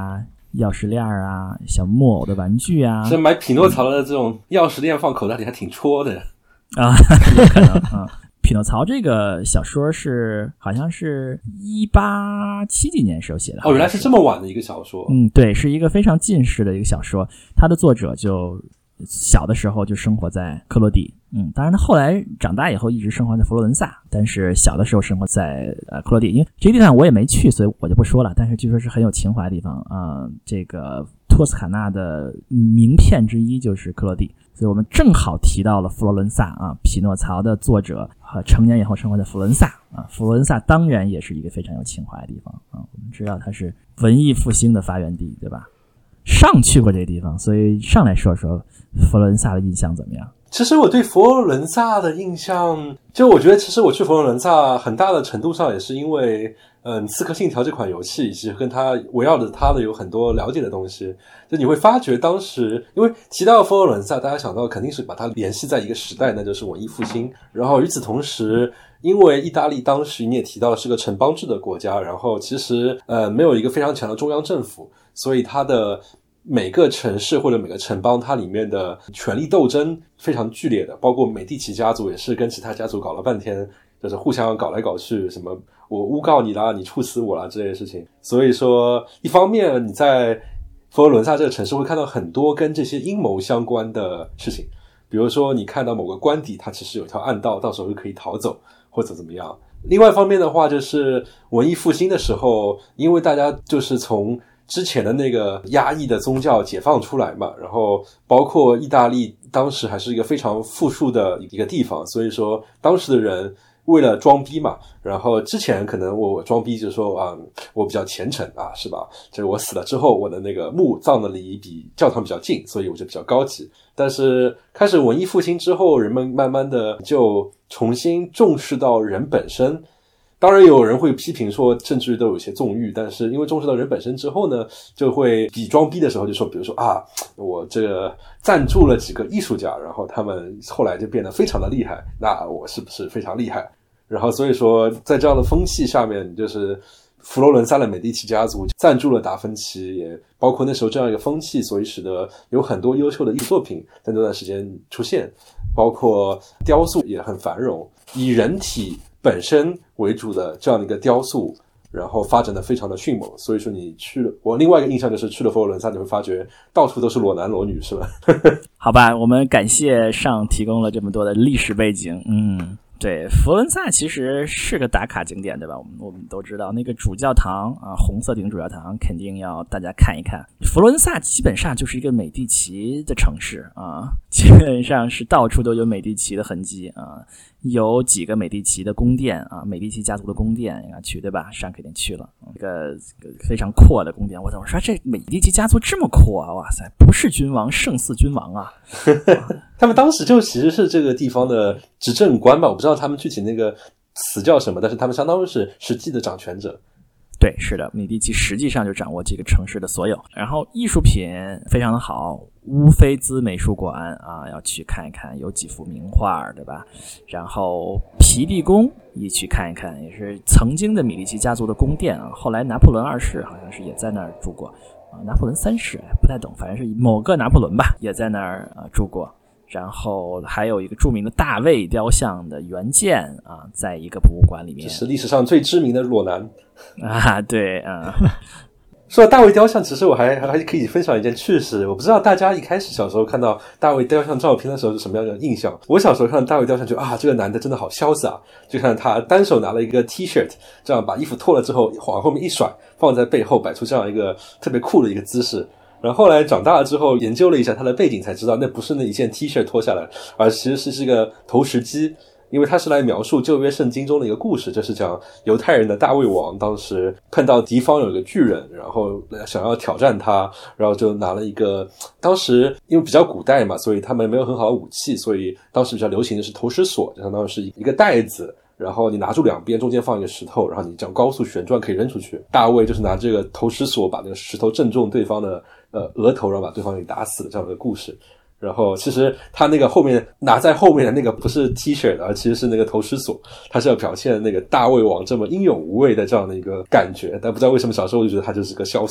钥匙链啊，小木偶的玩具啊。 是买匹诺曹的这种钥匙链放口袋里还挺戳的啊，有可能啊。匹诺曹这个小说是好像是一八七几年时候写的。 哦，原来是这么晚的一个小说。 嗯，对，是一个非常近世的一个小说。它的作者就小的时候就生活在克罗地，嗯，当然他后来长大以后一直生活在佛罗伦萨，但是小的时候生活在呃克罗地，因为这个地方我也没去，所以我就不说了。但是据说是很有情怀的地方啊、呃。这个托斯卡纳的名片之一就是克罗地。所以我们正好提到了佛罗伦萨啊，匹诺曹的作者和成年以后生活在佛罗伦萨啊，佛罗伦萨当然也是一个非常有情怀的地方啊。我们知道它是文艺复兴的发源地，对吧？上去过这个地方，所以上来说说佛罗伦萨的印象怎么样？ 其实我对佛罗伦萨的印象，就我觉得其实我去佛罗伦萨很大的程度上也是因为嗯，刺客信条这款游戏以及跟它围绕着它的有很多了解的东西，就你会发觉当时因为提到佛罗伦萨，大家想到肯定是把它联系在一个时代，那就是文艺复兴。然后与此同时，因为意大利当时你也提到了是个城邦制的国家，然后其实呃没有一个非常强的中央政府，所以它的每个城市或者每个城邦它里面的权力斗争非常剧烈的，包括美第奇家族也是跟其他家族搞了半天，就是互相搞来搞去，什么我诬告你啦，你处死我啦这类事情。所以说一方面你在佛罗伦萨这个城市会看到很多跟这些阴谋相关的事情，比如说你看到某个官邸它其实有一条暗道，到时候就可以逃走或者怎么样。另外一方面的话，就是文艺复兴的时候，因为大家就是从之前的那个压抑的宗教解放出来嘛，然后包括意大利当时还是一个非常富庶的一个地方，所以说当时的人为了装逼嘛，然后之前可能我装逼就是说啊、嗯，我比较虔诚啊，是吧？就是我死了之后，我的那个墓葬的离比教堂比较近，所以我就比较高级。但是开始文艺复兴之后，人们慢慢的就重新重视到人本身。当然有人会批评说甚至都有些纵欲，但是因为重视到人本身之后呢，就会比装逼的时候就说，比如说啊，我这个赞助了几个艺术家，然后他们后来就变得非常的厉害，那我是不是非常厉害？然后所以说在这样的风气下面，就是佛罗伦萨的美第奇家族赞助了达芬奇，也包括那时候这样一个风气，所以使得有很多优秀的艺术作品在那段时间出现，包括雕塑也很繁荣，以人体本身为主的这样的一个雕塑，然后发展的非常的迅猛。所以说你去了，我另外一个印象就是去了佛罗伦萨，你会发觉到处都是裸男裸女，是吧？ 好吧，我们感谢上提供了这么多的历史背景。嗯，对，佛罗伦萨其实是个打卡景点，对吧？我们我们都知道那个主教堂啊，红色顶主教堂肯定要大家看一看。佛罗伦萨基本上就是一个美第奇的城市啊，基本上是到处都有美第奇的痕迹啊，有几个美第奇的宫殿啊，美第奇家族的宫殿应该去，对吧？上肯定去了，一个非常阔的宫殿。我怎么说这美第奇家族这么阔啊？哇塞，不是君王胜似君王啊！ 他们当时就其实是这个地方的执政官吧，我不知道他们具体那个词叫什么，但是他们相当于是实际的掌权者。 对，是的，美第奇实际上就掌握这个城市的所有。然后艺术品非常的好，乌菲兹美术馆啊，要去看一看，有几幅名画，对吧？然后皮蒂宫也去看一看，也是曾经的美第奇家族的宫殿啊。后来拿破仑二世好像是也在那儿住过啊，拿破仑三世不太懂，反正是某个拿破仑吧，也在那儿啊住过。然后还有一个著名的大卫雕像的原件啊，在一个博物馆里面， 这是历史上最知名的裸男啊，对啊。 说到大卫雕像，其实我还还可以分享一件趣事。我不知道大家一开始小时候看到大卫雕像照片的时候是什么样的印象。我小时候看到大卫雕像就啊，这个男的真的好潇洒，就看他单手拿了一个 T-shirt， 这样把衣服脱了之后往后面一甩，放在背后摆出这样一个特别酷的一个姿势。然后后来长大了之后研究了一下他的背景，才知道那不是那一件 T 恤脱下来，而其实是一个投石机，因为他是来描述旧约圣经中的一个故事，就是讲犹太人的大卫王当时碰到敌方有一个巨人，然后想要挑战他，然后就拿了一个，当时因为比较古代嘛，所以他们没有很好的武器，所以当时比较流行的是投石锁，就相当于是一个袋子，然后你拿住两边，中间放一个石头，然后你这样高速旋转可以扔出去。大卫就是拿这个投石锁把那个石头正中对方的呃额头，然后把对方给打死的这样的故事。然后其实他那个后面拿在后面的那个不是 T-shirt， 而其实是那个投石锁，他是要表现那个大卫王这么英勇无畏的这样的一个感觉。但不知道为什么小时候我就觉得他就是个潇洒。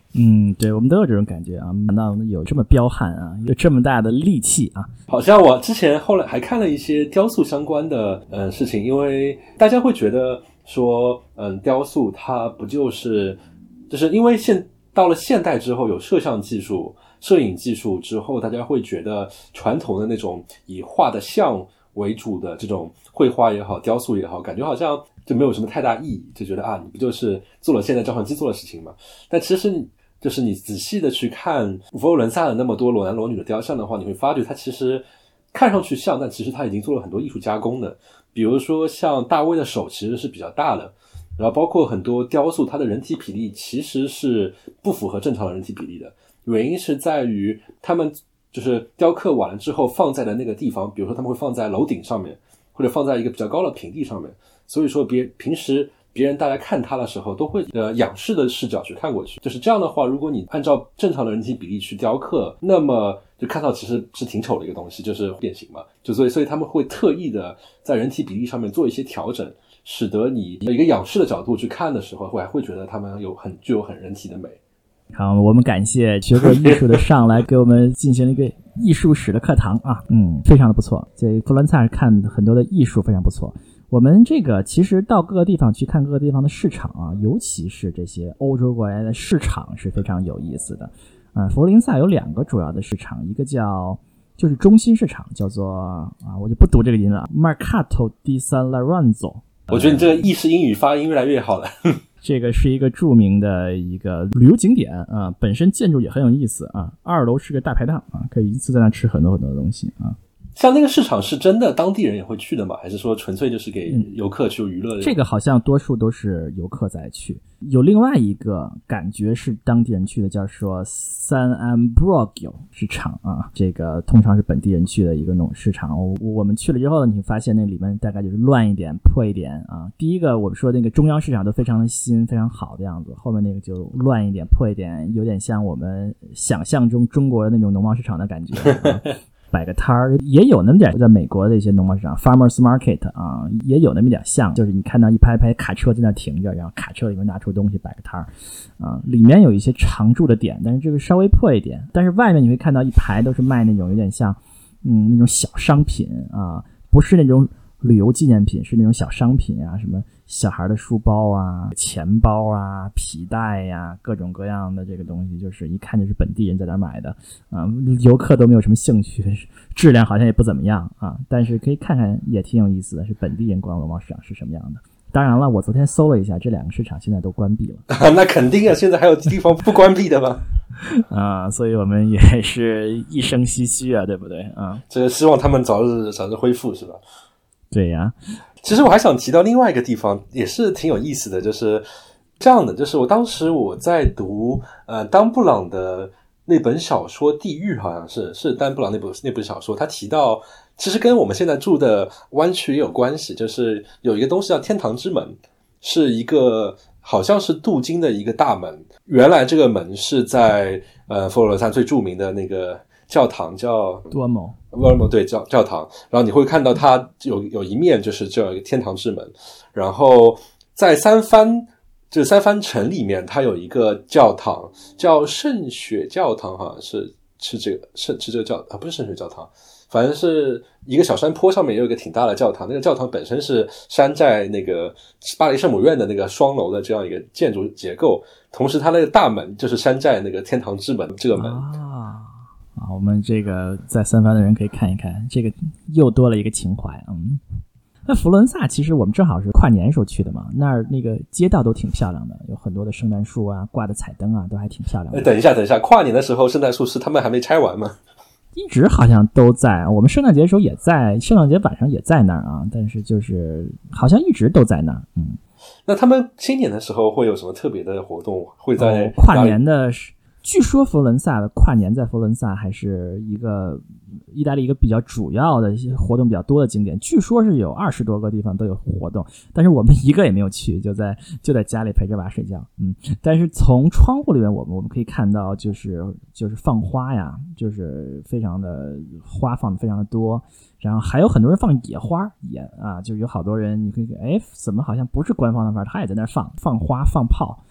嗯，对，我们都有这种感觉啊，难道有这么彪悍啊，有这么大的力气啊？ 好像我之前后来还看了一些雕塑相关的呃事情，因为大家会觉得说，嗯，雕塑它不就是就是因为现到了现代之后有摄像技术、摄影技术之后，大家会觉得传统的那种以画的像为主的这种绘画也好、雕塑也好，感觉好像就没有什么太大意义，就觉得啊，你不就是做了现在照相机做的事情吗？但其实就是你仔细的去看佛罗伦萨的那么多裸男裸女的雕像的话，你会发觉它其实看上去像，但其实它已经做了很多艺术加工的。比如说像大卫的手其实是比较大的，然后包括很多雕塑它的人体比例其实是不符合正常的人体比例的，原因是在于他们就是雕刻完了之后放在的那个地方，比如说他们会放在楼顶上面，或者放在一个比较高的平地上面，所以说别平时别人大家看它的时候都会呃仰视的视角去看过去，就是这样的话，如果你按照正常的人体比例去雕刻，那么就看到其实是挺丑的一个东西，就是变形嘛，就所以所以他们会特意的在人体比例上面做一些调整，使得你一个仰视的角度去看的时候，会还会觉得他们有很具有很人体的美。 好，我们感谢学过艺术的上来给我们进行了一个艺术史的课堂啊，嗯，非常的不错。这佛罗伦萨看很多的艺术非常不错。我们这个其实到各个地方去看各个地方的市场啊，尤其是这些欧洲国家的市场是非常有意思的。嗯，佛罗伦萨有两个主要的市场，一个叫就是中心市场，叫做啊，我就不读这个音了 ，Mercato di San Lorenzo。 我觉得你这个意式英语发音越来越好了。 这个是一个著名的一个旅游景点啊，本身建筑也很有意思啊。二楼是个大排档啊，可以一次在那吃很多很多的东西啊。 像那个市场是真的当地人也会去的吗？还是说纯粹就是给游客去娱乐的、嗯？ 这个好像多数都是游客在去。有另外一个感觉是当地人去的，叫说 San Ambrogio 市场啊，这个通常是本地人去的一个那种市场。我我们去了之后呢，你会发现那里面大概就是乱一点、破一点啊。第一个我们说那个中央市场都非常的新、非常好的样子，后面那个就乱一点、破一点，有点像我们想象中中国的那种农贸市场的感觉。啊摆个摊儿也有那么点，在美国的一些农贸市场 Farmers Market 啊，也有那么点像，就是你看到一排排卡车在那停着，然后卡车里面拿出东西摆个摊儿啊，里面有一些常驻的点，但是这个稍微破一点，但是外面你会看到一排都是卖那种有点像嗯那种小商品啊，不是那种旅游纪念品，是那种小商品啊，什么小孩的书包啊、钱包啊、皮带呀、啊，各种各样的这个东西，就是一看就是本地人在那买的啊，游客都没有什么兴趣，质量好像也不怎么样啊，但是可以看看也挺有意思的，是本地人逛农贸市场是什么样的。当然了，我昨天搜了一下，这两个市场现在都关闭了。 那肯定啊，现在还有地方不关闭的吗？ 啊，所以我们也是一声唏嘘啊，对不对啊？ 这个希望他们早日早日恢复，是吧？ 对呀， 其实我还想提到另外一个地方，也是挺有意思的，就是这样的，就是我当时我在读呃丹布朗的那本小说《地狱》，好像是是丹布朗那部那本小说，他提到其实跟我们现在住的湾区也有关系，就是有一个东西叫天堂之门，是一个好像是镀金的一个大门，原来这个门是在呃佛罗伦萨最著名的那个教堂叫多蒙， 多蒙对教教堂，然后你会看到它有有一面就是叫一个天堂之门，然后在三藩这三藩城里面，它有一个教堂叫圣雪教堂，好像是是这个圣是这个教啊不是圣雪教堂，反正是一个小山坡上面也有一个挺大的教堂，那个教堂本身是山寨那个巴黎圣母院的那个双楼的这样一个建筑结构，同时它那个大门就是山寨那个天堂之门这个门啊。啊，我们这个在三藩的人可以看一看，这个又多了一个情怀。嗯，那佛罗伦萨其实我们正好是跨年时候去的嘛，那儿那个街道都挺漂亮的，有很多的圣诞树啊，挂的彩灯啊，都还挺漂亮的。 等一下，等一下，跨年的时候圣诞树是他们还没拆完吗？ 一直好像都在，我们圣诞节的时候也在，圣诞节晚上也在那儿啊，但是就是好像一直都在那儿。嗯， 那他们新年的时候会有什么特别的活动？会在、 哦、跨年的是。据说佛罗伦萨的跨年在佛罗伦萨还是一个意大利一个比较主要的活动比较多的景点，据说是有二十多个地方都有活动，但是我们一个也没有去，就在就在家里陪着娃睡觉。嗯，但是从窗户里面我们我们可以看到就是就是放花呀，就是非常的花放的非常的多，然后还有很多人放野花也啊，就是有好多人你可以哎怎么好像不是官方的花，他也在那放放花放炮。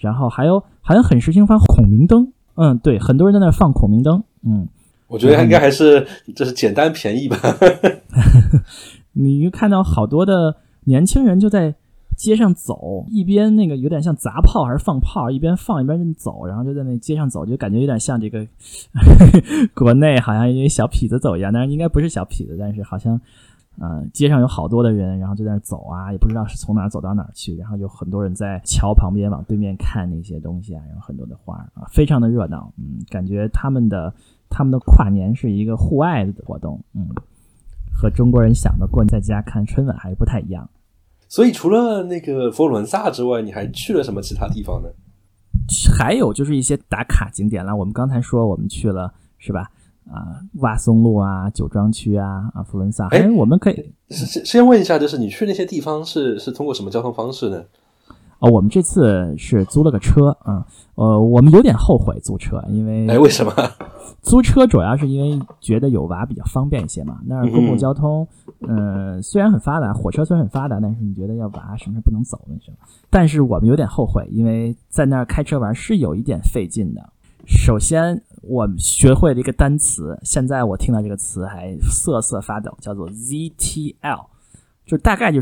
然后还有好像很时兴放孔明灯，嗯，对，很多人在那放孔明灯，嗯， 我觉得应该还是这是简单便宜吧。 你看到好多的年轻人就在街上走，一边那个有点像砸炮还是放炮，一边放一边走，然后就在那街上走，就感觉有点像这个国内好像一些小痞子走一样，但是应该不是小痞子，但是好像呃街上有好多的人，然后就在那走啊，也不知道是从哪走到哪去，然后有很多人在桥旁边往对面看那些东西啊，然后很多的花啊，非常的热闹，嗯，感觉他们的他们的跨年是一个户外的活动，嗯，和中国人想的过年在家看春晚还是不太一样。 所以除了那个佛罗伦萨之外，你还去了什么其他地方呢？ 还有就是一些打卡景点啦，我们刚才说我们去了是吧？啊、呃，瓦松路啊，酒庄区啊，啊，佛罗伦萨。哎，我们可以先问一下，就是你去那些地方是是通过什么交通方式呢？ 哦，我们这次是租了个车啊、嗯，呃，我们有点后悔租车，因为哎，为什么？ 租车主要是因为觉得有娃比较方便一些嘛。那公共交通，嗯、呃，虽然很发达，火车虽然很发达，但是你觉得要娃什么时候不能走那种。但是我们有点后悔，因为在那儿开车玩是有一点费劲的。首先，我学会了一个单词，现在我听到这个词还瑟瑟发抖，叫做 Z T L。就大概就是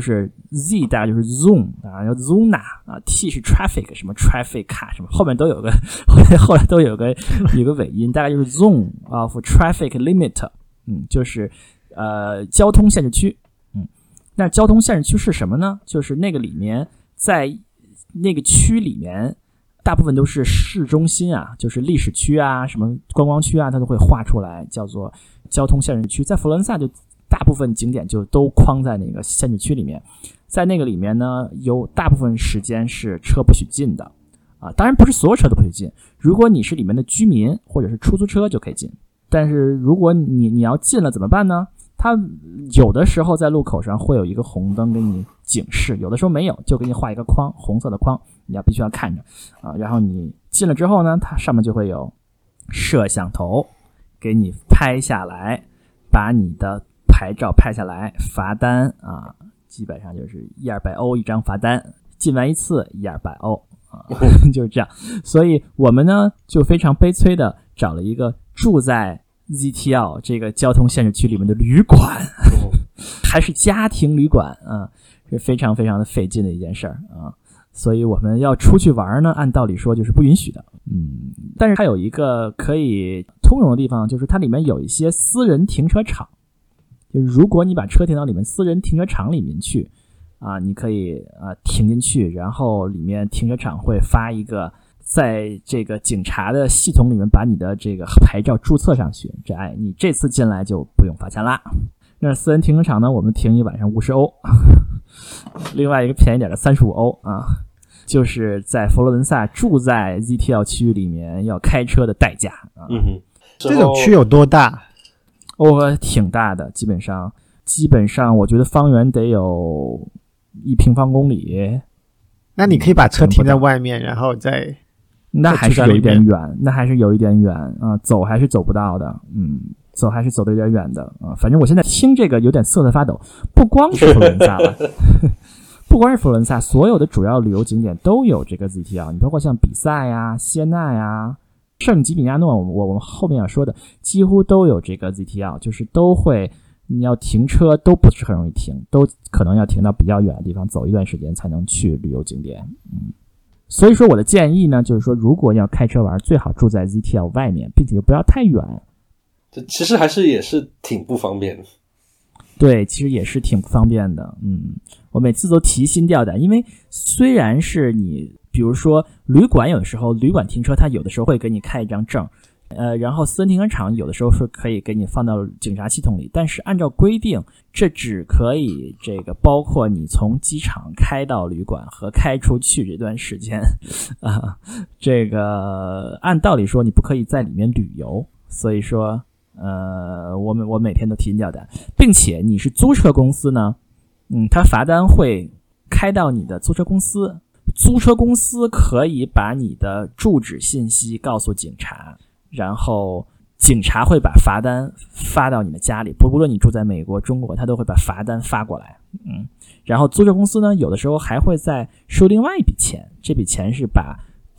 Z 大概就是 Zoom 啊，然后 Zona 啊 ，T 是 Traffic 什么 Traffic 卡什么，后面都有个后面后来都有个有个尾音，大概就是 Zone of Traffic Limit， 嗯，就是呃交通限制区，嗯，那交通限制区是什么呢？就是那个里面在那个区里面，大部分都是市中心啊，就是历史区啊，什么观光区啊，它都会画出来叫做交通限制区。在佛罗伦萨就大部分景点就都框在那个限制区里面，在那个里面呢，有大部分时间是车不许进的啊，当然不是所有车都不许进，如果你是里面的居民或者是出租车就可以进，但是如果你你要进了怎么办呢？它有的时候在路口上会有一个红灯给你警示，有的时候没有，就给你画一个框，红色的框，你要必须要看着啊。然后你进了之后呢，它上面就会有摄像头给你拍下来，把你的牌照拍下来，罚单啊，基本上就是一二百欧一张罚单，进完一次一二百欧啊，就是这样。所以我们呢就非常悲催的找了一个住在 Z T L 这个交通限制区里面的旅馆，还是家庭旅馆啊，是非常非常的费劲的一件事儿啊。所以我们要出去玩呢，按道理说就是不允许的，嗯，但是它有一个可以通融的地方，就是它里面有一些私人停车场。就是如果你把车停到里面私人停车场里面去啊，你可以啊停进去，然后里面停车场会发一个在这个警察的系统里面把你的这个牌照注册上去，这哎你这次进来就不用罚钱啦。那私人停车场呢，我们停一晚上五十欧，另外一个便宜点的三十五欧啊，就是在佛罗伦萨住在 Z T L 区域里面要开车的代价啊。 嗯哼， 这种区有多大？ 哦，挺大的，基本上，基本上，我觉得方圆得有一平方公里。 那你可以把车停在外面，然后再…… 那还是有一点远，那还是有一点远啊，走还是走不到的，嗯，走还是走得有点远的啊。反正我现在听这个有点瑟瑟发抖，不光是佛罗伦萨了，不光是佛罗伦萨，所有的主要旅游景点都有这个 Z T L， 你包括像比萨呀、谢纳呀。圣吉米亚诺，我我们后面要说的几乎都有这个 Z T L， 就是都会你要停车都不是很容易停，都可能要停到比较远的地方，走一段时间才能去旅游景点。嗯，所以说我的建议呢，就是说如果要开车玩，最好住在 Z T L 外面，并且不要太远。 这其实还是也是挺不方便的。 对，其实也是挺不方便的。嗯，我每次都提心吊胆，因为虽然是你。比如说旅馆有的时候旅馆停车它有的时候会给你开一张证，呃，然后私人停车场有的时候是可以给你放到警察系统里，但是按照规定这只可以这个包括你从机场开到旅馆和开出去这段时间啊，这个按道理说你不可以在里面旅游，所以说呃我们我每天都提心吊胆，并且你是租车公司呢，嗯，他罚单会开到你的租车公司。租车公司可以把你的住址信息告诉警察，然后警察会把罚单发到你的家里，不论你住在美国、中国，他都会把罚单发过来。嗯，然后租车公司呢，有的时候还会再收另外一笔钱，这笔钱是把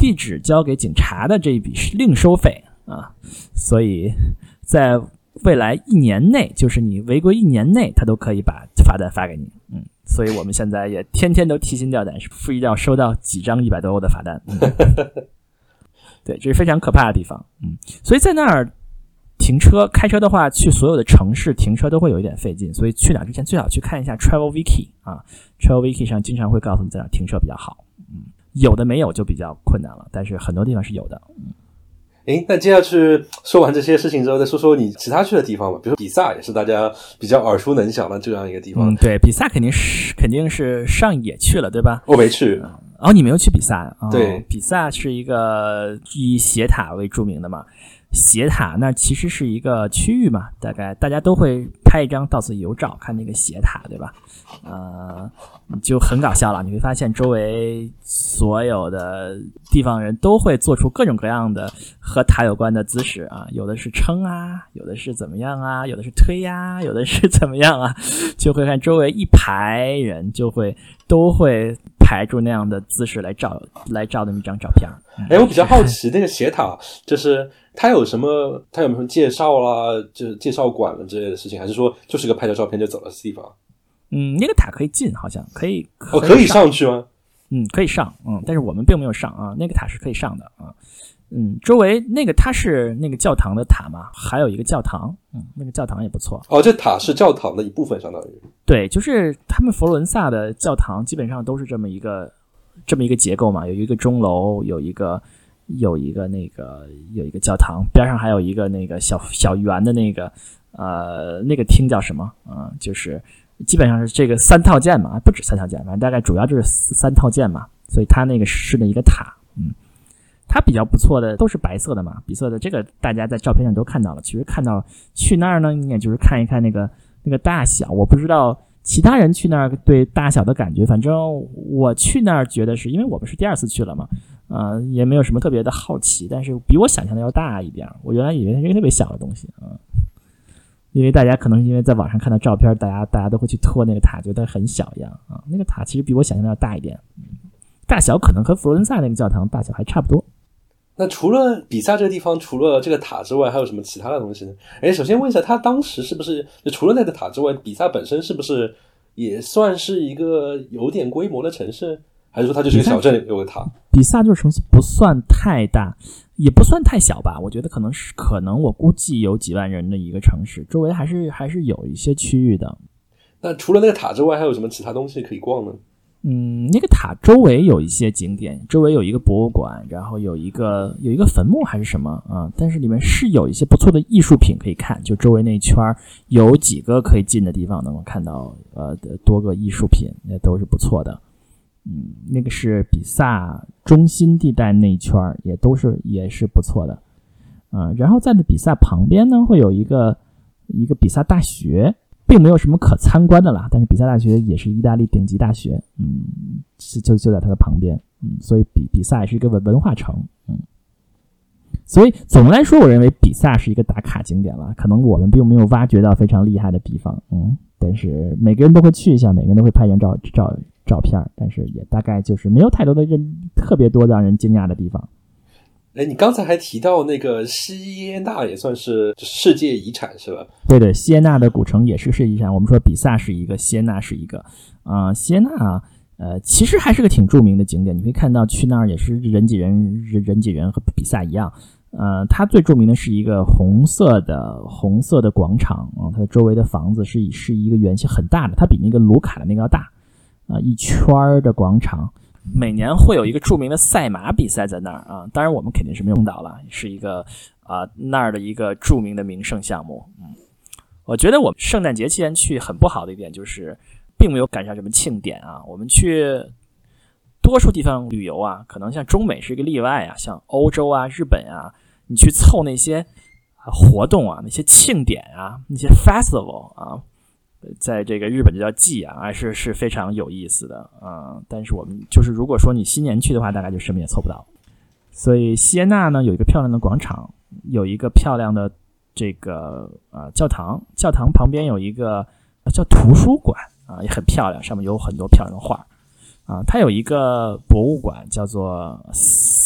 地址交给警察的这一笔是另收费啊，所以在未来一年内，就是你违规一年内，他都可以把罚单发给你。嗯，所以我们现在也天天都提心吊胆，是不一定要收到几张一百多欧的罚单。嗯、对，这是非常可怕的地方。嗯，所以在那儿停车开车的话，去所有的城市停车都会有一点费劲，所以去哪儿之前最好去看一下 Travel Wiki 啊 ，Travel Wiki 上经常会告诉你在哪儿停车比较好。嗯，有的没有就比较困难了，但是很多地方是有的。嗯。 诶，那接下去说完这些事情之后，再说说你其他去的地方吧。比如说比萨也是大家比较耳熟能详的这样一个地方。 嗯，对，比萨肯定是肯定是上野去了，对吧？ 我没去。 嗯、哦，你没有去比萨？哦、 对， 比萨是一个以斜塔为著名的嘛。斜塔那其实是一个区域嘛，大概大家都会拍一张到此游照，看那个斜塔，对吧？呃，就很搞笑了。你会发现周围所有的地方人都会做出各种各样的和塔有关的姿势啊，有的是撑啊，有的是怎么样啊，有的是推呀、啊，有的是怎么样啊，就会看周围一排人就会都会排出那样的姿势来照来照那么一张照片。 哎、嗯，我比较好奇那个斜塔就是它有什么，它有没有介绍啦，就是介绍馆了之类的事情，还是说就是个拍照照片就走了的地方？ 嗯，那个塔可以进，好像可以， 哦，可以上去吗？ 嗯，可以上，嗯，但是我们并没有上啊。那个塔是可以上的啊，嗯，周围那个它是那个教堂的塔嘛，还有一个教堂，嗯，那个教堂也不错。 哦，这塔是教堂的一部分，相当于。对， 就是他们佛罗伦萨的教堂基本上都是这么一个这么一个结构嘛，有一个钟楼，有一个。有一个那个有一个教堂，边上还有一个那个小小圆的那个呃那个厅叫什么啊、呃？就是基本上是这个三套件嘛，不止三套件，反正大概主要就是三套件嘛，所以它那个是的一个塔，嗯，它比较不错的都是白色的嘛，白色的这个大家在照片上都看到了。其实看到去那儿呢，你也就是看一看那个那个大小，我不知道。其他人去那儿对大小的感觉，反正我去那儿觉得是因为我们是第二次去了嘛，呃，也没有什么特别的好奇，但是比我想象的要大一点。我原来以为它是一个特别小的东西啊、呃，因为大家可能因为在网上看到照片，大家大家都会去拖那个塔，觉得很小一样啊。那个塔其实比我想象的要大一点，大小可能和佛罗伦萨那个教堂大小还差不多。 那除了比萨这个地方，除了这个塔之外，还有什么其他的东西呢？哎，首先问一下，他当时是不是就除了那个塔之外，比萨本身是不是也算是一个有点规模的城市？还是说它就是个小镇有个塔？ 比萨就是城市不算太大，也不算太小吧？我觉得可能是可能我估计有几万人的一个城市，周围还是还是有一些区域的。 那除了那个塔之外，还有什么其他东西可以逛呢？ 嗯，那个塔周围有一些景点，周围有一个博物馆，然后有一个有一个坟墓还是什么啊？但是里面是有一些不错的艺术品可以看，就周围那一圈有几个可以进的地方，能够看到呃多个艺术品，也都是不错的。嗯，那个是比萨中心地带那一圈也都是也是不错的。嗯、呃，然后在那比萨旁边呢，会有一个一个比萨大学。并没有什么可参观的啦，但是比萨大学也是意大利顶级大学，嗯，就就在它的旁边，嗯，所以比比萨也是一个文文化城，嗯，所以总的来说，我认为比萨是一个打卡景点了。可能我们并没有挖掘到非常厉害的地方，嗯，但是每个人都会去一下，每个人都会拍一张照照照片，但是也大概就是没有太多的人特别多让人惊讶的地方。 哎，你刚才还提到那个锡耶纳也算是世界遗产是吧？ 对对，锡耶纳的古城也是世界遗产。我们说比萨是一个，锡耶纳是一个。啊、呃，锡耶纳呃其实还是个挺著名的景点，你会看到去那儿也是人挤人，人人挤人，和比萨一样。呃，它最著名的是一个红色的红色的广场啊、呃，它周围的房子是是一个圆形很大的，它比那个卢卡的那个要大啊、呃，一圈的广场。每年会有一个著名的赛马比赛在那儿啊，当然我们肯定是没有碰到了，是一个啊那儿的一个著名的名胜项目。嗯，我觉得我们圣诞节期间去很不好的一点就是，并没有赶上什么庆典啊。我们去多数地方旅游啊，可能像中美是一个例外啊，像欧洲啊、日本啊，你去凑那些活动啊、那些庆典啊、那些 festival 啊。在这个日本就叫祭啊，还是是非常有意思的啊、呃。但是我们就是如果说你新年去的话，大概就什么也凑不到。所以锡耶纳呢有一个漂亮的广场，有一个漂亮的这个呃教堂，教堂旁边有一个叫图书馆啊、呃，也很漂亮，上面有很多漂亮的画啊。它有一个博物馆叫做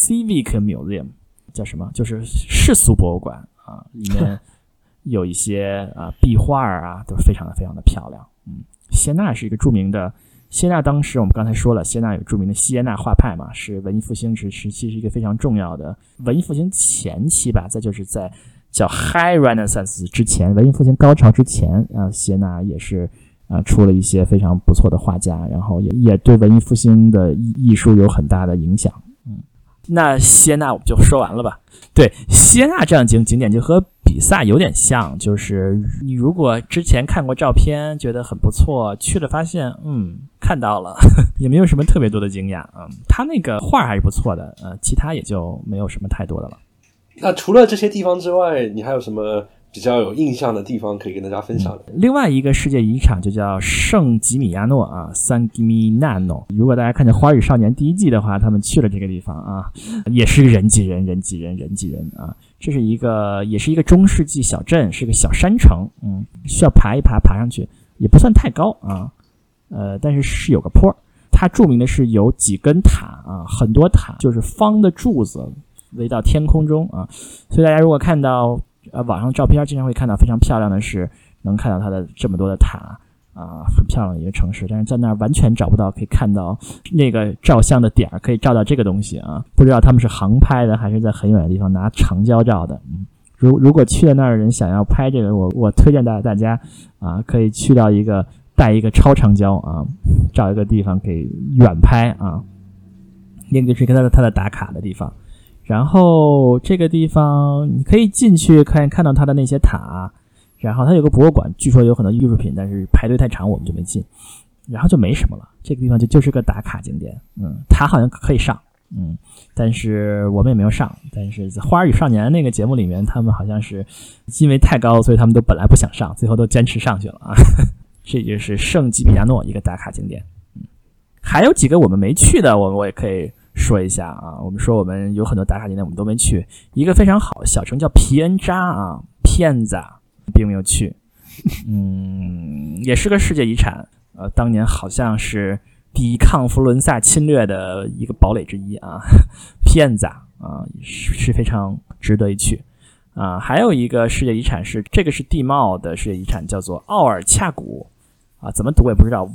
Civic Museum， 叫什么？就是世俗博物馆啊，里面有一些啊壁画啊，都非常的非常的漂亮。嗯，谢纳是一个著名的。谢纳当时我们刚才说了，谢纳有著名的锡耶纳画派嘛，是文艺复兴时时期是一个非常重要的文艺复兴前期吧，再就是在叫 High Renaissance 之前，文艺复兴高潮之前啊，谢纳也是啊出了一些非常不错的画家，然后也也对文艺复兴的艺术有很大的影响。嗯，那谢纳我们就说完了吧。对，谢纳这样景景点就和比萨有点像，就是你如果之前看过照片觉得很不错，去了发现嗯看到了也没有什么特别多的惊讶啊、嗯。他那个画还是不错的，呃，其他也就没有什么太多的了。 那除了这些地方之外，你还有什么比较有印象的地方可以跟大家分享的？ 嗯、另外一个世界遗产就叫圣吉米亚诺啊 ，San Gimignano。如果大家看见《花儿与少年》第一季的话，他们去了这个地方啊，也是个人挤人，人挤人，人挤人啊。这是一个，也是一个中世纪小镇，是个小山城，嗯，需要爬一爬，爬上去也不算太高啊，呃，但是是有个坡。它著名的是有几根塔啊，很多塔，就是方的柱子围到天空中啊，所以大家如果看到呃网上照片，经常会看到非常漂亮的是能看到它的这么多的塔啊，很漂亮的一个城市，但是在那儿完全找不到可以看到那个照相的点，可以照到这个东西啊，不知道他们是航拍的还是在很远的地方拿长焦照的。嗯，如如果去了那儿的人想要拍这个，我我推荐大大家啊，可以去到一个带一个超长焦啊，找一个地方可以远拍啊，那个是跟它的它的打卡的地方。然后这个地方你可以进去看看到它的那些塔。然后它有个博物馆，据说有很多艺术品，但是排队太长，我们就没进。然后就没什么了，这个地方就就是个打卡景点。嗯，塔好像可以上，嗯，但是我们也没有上。但是在《花儿与少年》那个节目里面，他们好像是因为太高，所以他们都本来不想上，最后都坚持上去了啊。这就是圣吉米亚诺一个打卡景点。嗯，还有几个我们没去的，我我也可以说一下啊。我们说我们有很多打卡景点我们都没去，一个非常好的小城叫皮恩扎啊，片子啊。并没有去，嗯，也是个世界遗产，呃，当年好像是抵抗佛罗伦萨侵略的一个堡垒之一啊，片子啊，啊是非常值得一去啊。还有一个世界遗产是这个是地貌的世界遗产，叫做奥尔恰谷啊，怎么读我也不知道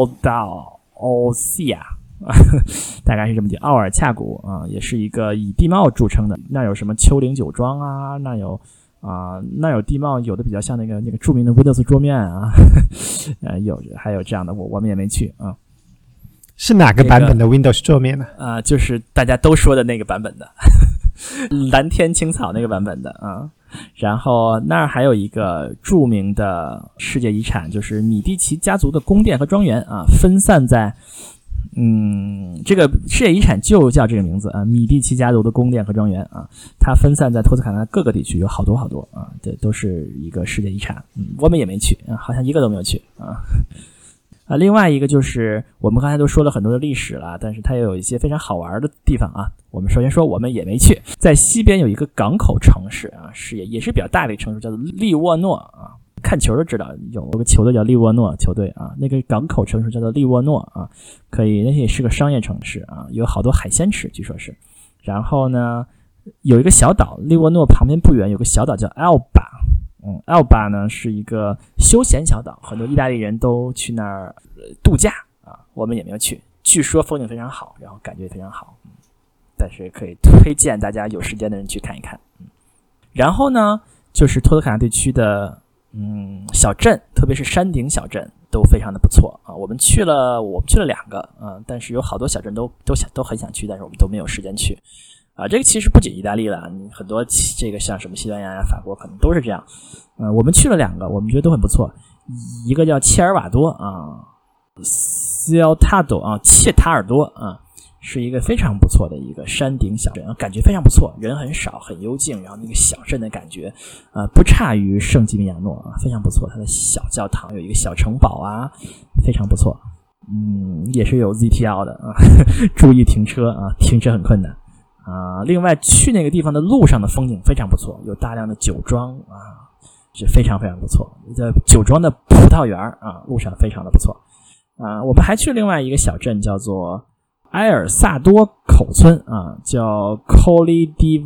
，Valdaossia 大概是这么讲，奥尔恰谷啊，也是一个以地貌著称的，那有什么丘陵酒庄啊，那有。啊，那有地貌，有的比较像那个那个著名的 Windows 桌面啊，呃，有还有这样的，我我们也没去啊。 是哪个版本的 Windows 桌面呢？ 啊、那個呃，就是大家都说的那个版本的，蓝天青草那个版本的啊。然后那儿还有一个著名的世界遗产，就是米第奇家族的宫殿和庄园啊，分散在。嗯，这个世界遗产就叫这个名字啊，米第奇家族的宫殿和庄园啊，它分散在托斯卡纳各个地区，有好多好多啊，这都是一个世界遗产。嗯，我们也没去啊，好像一个都没有去啊。啊，另外一个就是我们刚才都说了很多的历史了，但是它也有一些非常好玩的地方啊。我们首先说我们也没去，在西边有一个港口城市啊，是也也是比较大的一个城市，叫做利沃诺啊。看球就知道有个球队叫利沃诺球队啊，那个港口城市叫做利沃诺啊，可以，那也是个商业城市啊，有好多海鲜吃，据说是。然后呢，有一个小岛，利沃诺旁边不远有个小岛叫 Alba， 嗯 ，Alba 呢是一个休闲小岛，很多意大利人都去那儿度假啊，我们也没有去，据说风景非常好，然后感觉非常好，嗯，但是可以推荐大家有时间的人去看一看。嗯，然后呢，就是托斯卡纳地区的。嗯，小镇，特别是山顶小镇都非常的不错啊。我们去了，我们去了两个啊，但是有好多小镇都都想都很想去，但是我们都没有时间去啊。这个其实不仅意大利了，你很多这个像什么西班牙呀、法国可能都是这样。嗯，我们去了两个，我们觉得都很不错。一个叫切尔瓦多啊 ，Ciutado 啊，切塔尔多啊。是一个非常不错的一个山顶小镇，感觉非常不错，人很少，很幽静，然后那个小镇的感觉，呃，不差于圣吉米亚诺啊，非常不错。它的小教堂有一个小城堡啊，非常不错。嗯，也是有 Z T L 的啊，注意停车啊，停车很困难啊。另外，去那个地方的路上的风景非常不错，有大量的酒庄啊，是非常非常不错。在酒庄的葡萄园啊，路上非常的不错啊。我们还去另外一个小镇叫做。 埃尔萨多口村啊，叫 Colle di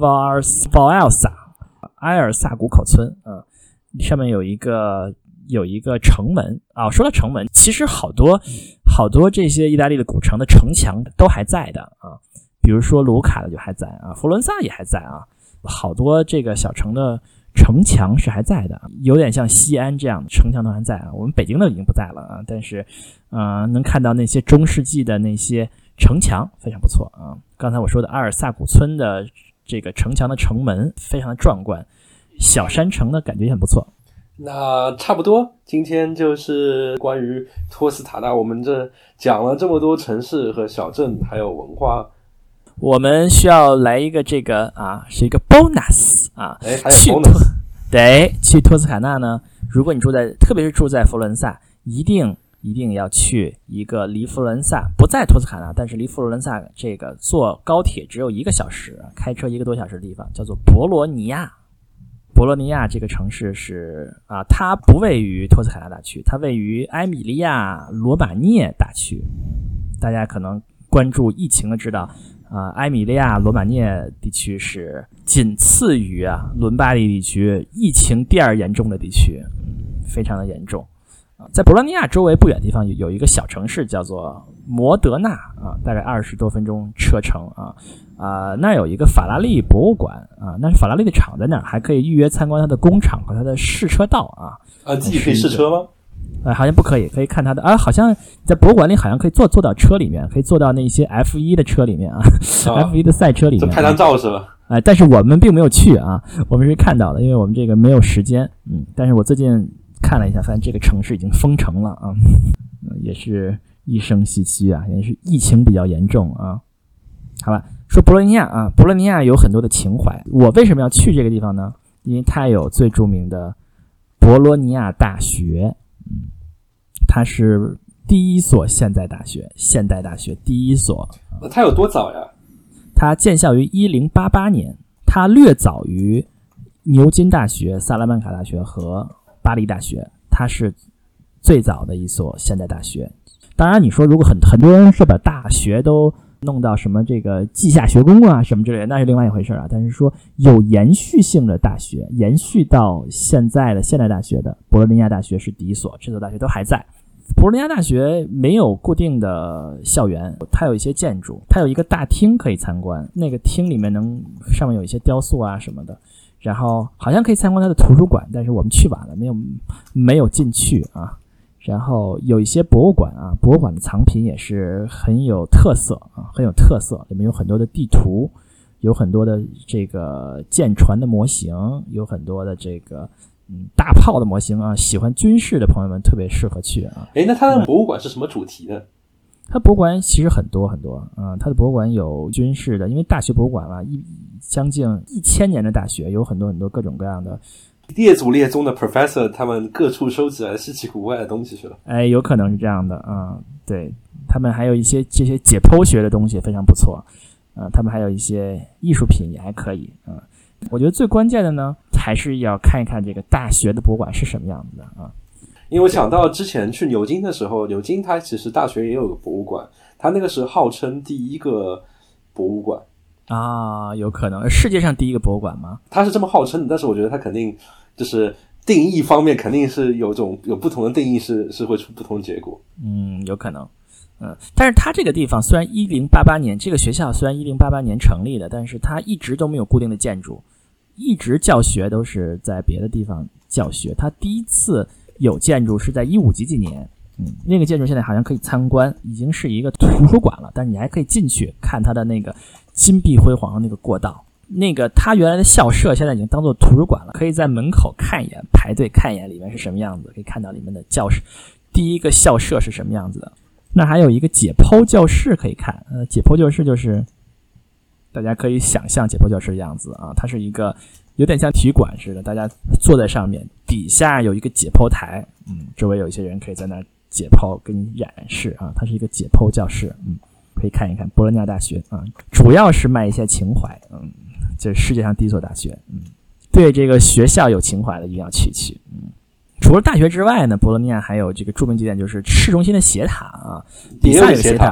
Valsa， 埃尔萨古口村啊，上面有一个有一个城门啊。说到城门，其实好多好多这些意大利的古城的城墙都还在的啊，比如说卢卡的就还在啊，佛罗伦萨也还在啊，好多这个小城的城墙是还在的，有点像西安这样的城墙都还在啊。我们北京的已经不在了啊，但是呃，能看到那些中世纪的那些城墙非常不错啊。刚才我说的阿尔萨古村的这个城墙的城门非常的壮观，小山城的感觉也很不错。 那差不多，今天就是关于托斯塔纳，我们这讲了这么多城市和小镇还有文化， 我们需要来一个这个啊，是一个 bonus 啊， 哎，还有 bonus， 对，去托斯卡纳呢，如果你住在，特别是住在佛罗伦萨，一定一定要去一个离佛罗伦萨不在托斯卡纳，但是离佛罗伦萨这个坐高铁只有一个小时，开车一个多小时的地方，叫做博罗尼亚。博罗尼亚这个城市是啊，它不位于托斯卡纳大区，它位于埃米利亚罗马涅大区。大家可能关注疫情的知道啊，埃米利亚罗马涅地区是仅次于啊伦巴第地区疫情第二严重的地区，非常的严重。在博洛尼亚周围不远的地方有一个小城市叫做摩德纳啊，大概二十多分钟车程啊啊，那有一个法拉利博物馆啊，那是法拉利的厂在那儿，还可以预约参观它的工厂和它的试车道啊。 啊，自己可以试车吗？ 呃，好像不可以，可以看它的啊，好像在博物馆里好像可以坐坐到车里面，可以坐到那些 F 一 的车里面啊，啊 F 一 的赛车里面， 这拍张照是吧？ 哎、呃，但是我们并没有去啊，我们是看到的，因为我们这个没有时间，嗯，但是我最近看了一下，发现这个城市已经封城了啊，呃、也是一声唏嘘啊，也是疫情比较严重啊。好吧，说博洛尼亚啊，博洛尼亚有很多的情怀。我为什么要去这个地方呢？因为它有最著名的博洛尼亚大学，嗯，它是第一所现代大学，现代大学第一所。 那它有多早呀？ 它建校于一零八八年，它略早于牛津大学、萨拉曼卡大学和巴黎大学，它是最早的一所现代大学。当然，你说如果很很多人是把大学都弄到什么这个稷下学宫啊什么之类的，那是另外一回事啊。但是说有延续性的大学，延续到现在的现代大学的博洛尼亚大学是第一所，这所大学都还在。博洛尼亚大学没有固定的校园，它有一些建筑，它有一个大厅可以参观，那个厅里面能上面有一些雕塑啊什么的，然后好像可以参观它的图书馆，但是我们去晚了，没有没有进去啊。然后有一些博物馆啊，博物馆的藏品也是很有特色啊，很有特色，里面有很多的地图，有很多的这个舰船的模型，有很多的这个嗯大炮的模型啊，喜欢军事的朋友们特别适合去啊。 诶，那它的博物馆是什么主题的？ 它博物馆其实很多很多啊，它的博物馆有军事的，因为大学博物馆嘛，一将近一千年的大学，有很多很多各种各样的。 列祖列宗的 professor 他们各处收集来稀奇古怪的东西去了。 哎，有可能是这样的啊、嗯，对，他们还有一些这些解剖学的东西非常不错啊、嗯，他们还有一些艺术品也还可以啊、嗯。我觉得最关键的呢，还是要看一看这个大学的博物馆是什么样子的啊。 因为我想到之前去牛津的时候，牛津它其实大学也有个博物馆，它那个是号称第一个博物馆。 啊，有可能世界上第一个博物馆吗？ 它是这么号称的，但是我觉得它肯定就是定义方面肯定是有种有不同的定义是，是是会出不同的结果。 嗯，有可能。嗯，但是它这个地方虽然一零八八年，这个学校虽然一零八八年成立的，但是它一直都没有固定的建筑，一直教学都是在别的地方教学。它第一次有建筑是在一五几几年。嗯，那个建筑现在好像可以参观，已经是一个图书馆了，但是你还可以进去看它的那个金碧辉煌的那个过道。那个它原来的校舍现在已经当做图书馆了，可以在门口看一眼，排队看一眼里面是什么样子，可以看到里面的教室，第一个校舍是什么样子的。那还有一个解剖教室可以看，呃，解剖教室就是大家可以想象解剖教室的样子啊，它是一个有点像体育馆似的，大家坐在上面，底下有一个解剖台，嗯，周围有一些人可以在那儿解剖给你演示啊，它是一个解剖教室，嗯，可以看一看博洛尼亚大学啊，主要是卖一些情怀，嗯，这是世界上第一所大学，嗯，对这个学校有情怀的一定要去一去，嗯，除了大学之外呢，博洛尼亚还有这个著名景点就是市中心的斜塔啊，比萨有斜塔，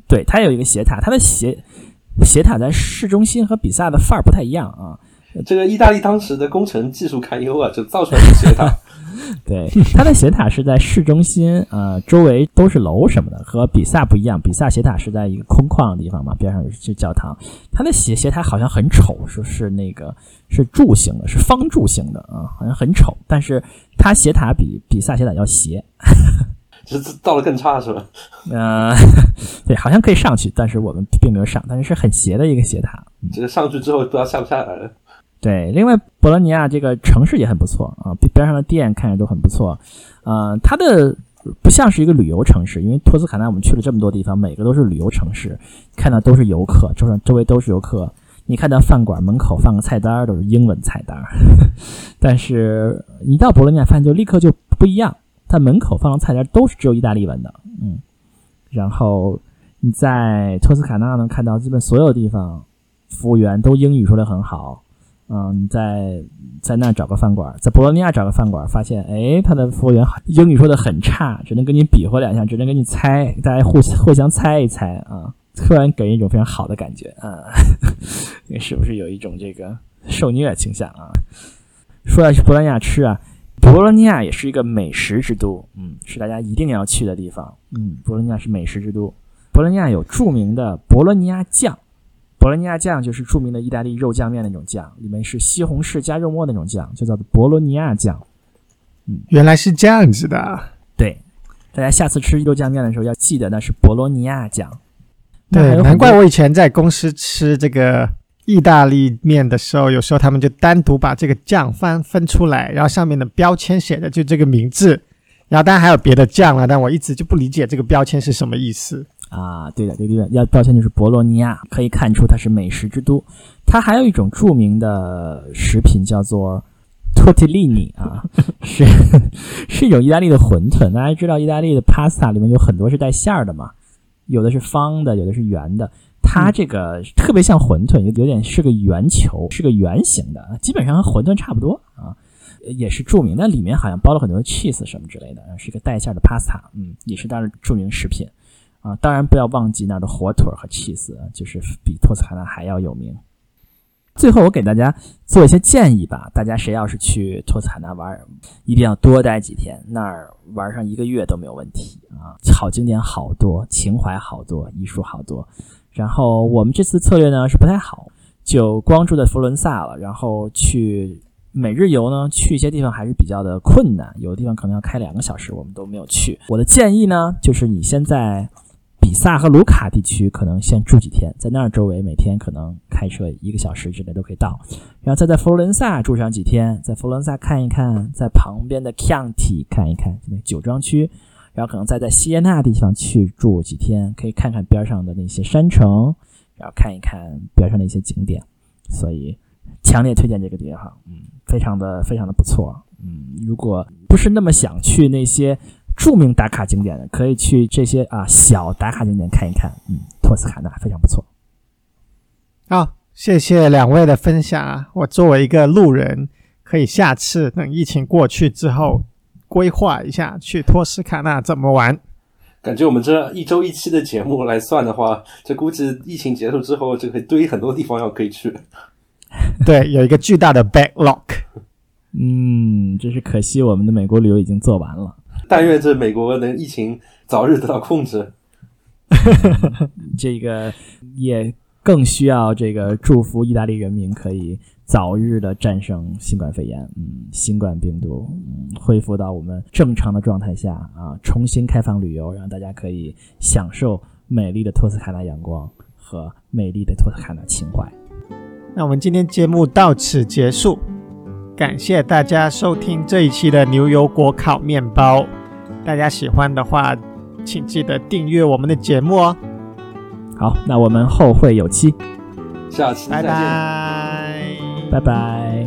对，它有一个斜塔，它的斜斜塔在市中心和比萨的范儿不太一样啊。 这个意大利当时的工程技术堪忧啊，就造出来的斜塔。 对，它的斜塔是在市中心，呃，周围都是楼什么的，和比萨不一样。比萨斜塔是在一个空旷的地方嘛，边上是教堂。它的斜斜塔好像很丑，说是那个是柱形的，是方柱形的啊，好像很丑。但是它斜塔比比萨斜塔要斜。 就是到了更差是吧？ 呃，对，好像可以上去，但是我们并没有上，但是是很斜的一个斜塔。嗯、 这个上去之后不知道下不下来了。 对，另外博洛尼亚这个城市也很不错啊，边上的店看着都很不错。呃，它的不像是一个旅游城市，因为托斯卡纳我们去了这么多地方，每个都是旅游城市，看到都是游客，周上周围都是游客。你看到饭馆门口放个菜单都是英文菜单，但是你到博洛尼亚饭就立刻就不一样，它门口放的菜单都是只有意大利文的，嗯。然后你在托斯卡纳能看到基本所有地方服务员都英语说得很好。嗯，你在在那找个饭馆，在博洛尼亚找个饭馆，发现哎，他的服务员英语说的很差，只能跟你比划两下，只能跟你猜，大家互互相猜一猜啊，突然给人一种非常好的感觉啊，是不是有一种这个受虐倾向啊？说到去博洛尼亚吃啊，博洛尼亚也是一个美食之都，嗯，是大家一定要去的地方，嗯，博洛尼亚是美食之都，博洛尼亚有著名的博洛尼亚酱。博洛尼亚酱就是著名的意大利肉酱面那种酱，里面是西红柿加肉末那种酱，就叫做博洛尼亚酱。 嗯，原来是这样子的。 对，大家下次吃肉酱面的时候要记得那是博洛尼亚酱。 对，难怪我以前在公司吃这个意大利面的时候，有时候他们就单独把这个酱分分出来，然后上面的标签写的就这个名字，然后当然还有别的酱了，但我一直就不理解这个标签是什么意思。 啊，对的，对的，要标签就是博洛尼亚，可以看出它是美食之都。它还有一种著名的食品叫做托提利尼啊，是是一种意大利的馄饨。大家知道意大利的 pasta 里面有很多是带馅儿的嘛，有的是方的，有的是圆的。它这个特别像馄饨，有点是个圆球，是个圆形的，基本上和馄饨差不多啊。也是著名的，里面好像包了很多 cheese 什么之类的，是一个带馅的 pasta， 嗯，也是当然著名食品。啊，当然不要忘记那儿的火腿和 cheese， 就是比托斯卡纳还要有名。最后我给大家做一些建议吧，大家谁要是去托斯卡纳玩，一定要多待几天，那儿玩上一个月都没有问题啊！好景点好多，情怀好多，艺术好多。然后我们这次策略呢是不太好，就光住在佛罗伦萨了，然后去每日游呢，去一些地方还是比较的困难，有的地方可能要开两个小时，我们都没有去。我的建议呢，就是你先在比萨和卢卡地区可能先住几天，在那儿周围每天可能开车一个小时之内都可以到，然后再在佛罗伦萨住上几天，在佛罗伦萨看一看，在旁边的 Chianti 看一看那酒庄区，然后可能再在锡耶纳地方去住几天，可以看看边上的那些山城，然后看一看边上的一些景点，所以强烈推荐这个地方，嗯，非常的非常的不错，嗯，如果不是那么想去那些著名打卡景点的，可以去这些啊小打卡景点看一看，嗯，托斯卡纳非常不错。 好，谢谢两位的分享啊！我作为一个路人，可以下次等疫情过去之后，规划一下去托斯卡纳怎么玩。 感觉我们这一周一期的节目来算的话，这估计疫情结束之后，这个堆很多地方要可以去。 对，有一个巨大的 backlog。 嗯，真是可惜，我们的美国旅游已经做完了。 但愿这美国的疫情早日得到控制。 这个也更需要这个祝福意大利人民可以早日的战胜新冠肺炎，嗯，新冠病毒，嗯，恢复到我们正常的状态下啊，重新开放旅游，让大家可以享受美丽的托斯卡纳阳光和美丽的托斯卡纳情怀。 那我们今天节目到此结束，感谢大家收听这一期的牛油果烤面包。大家喜欢的话，请记得订阅我们的节目哦。 好，那我们后会有期， 下期再见， 拜拜， 拜拜。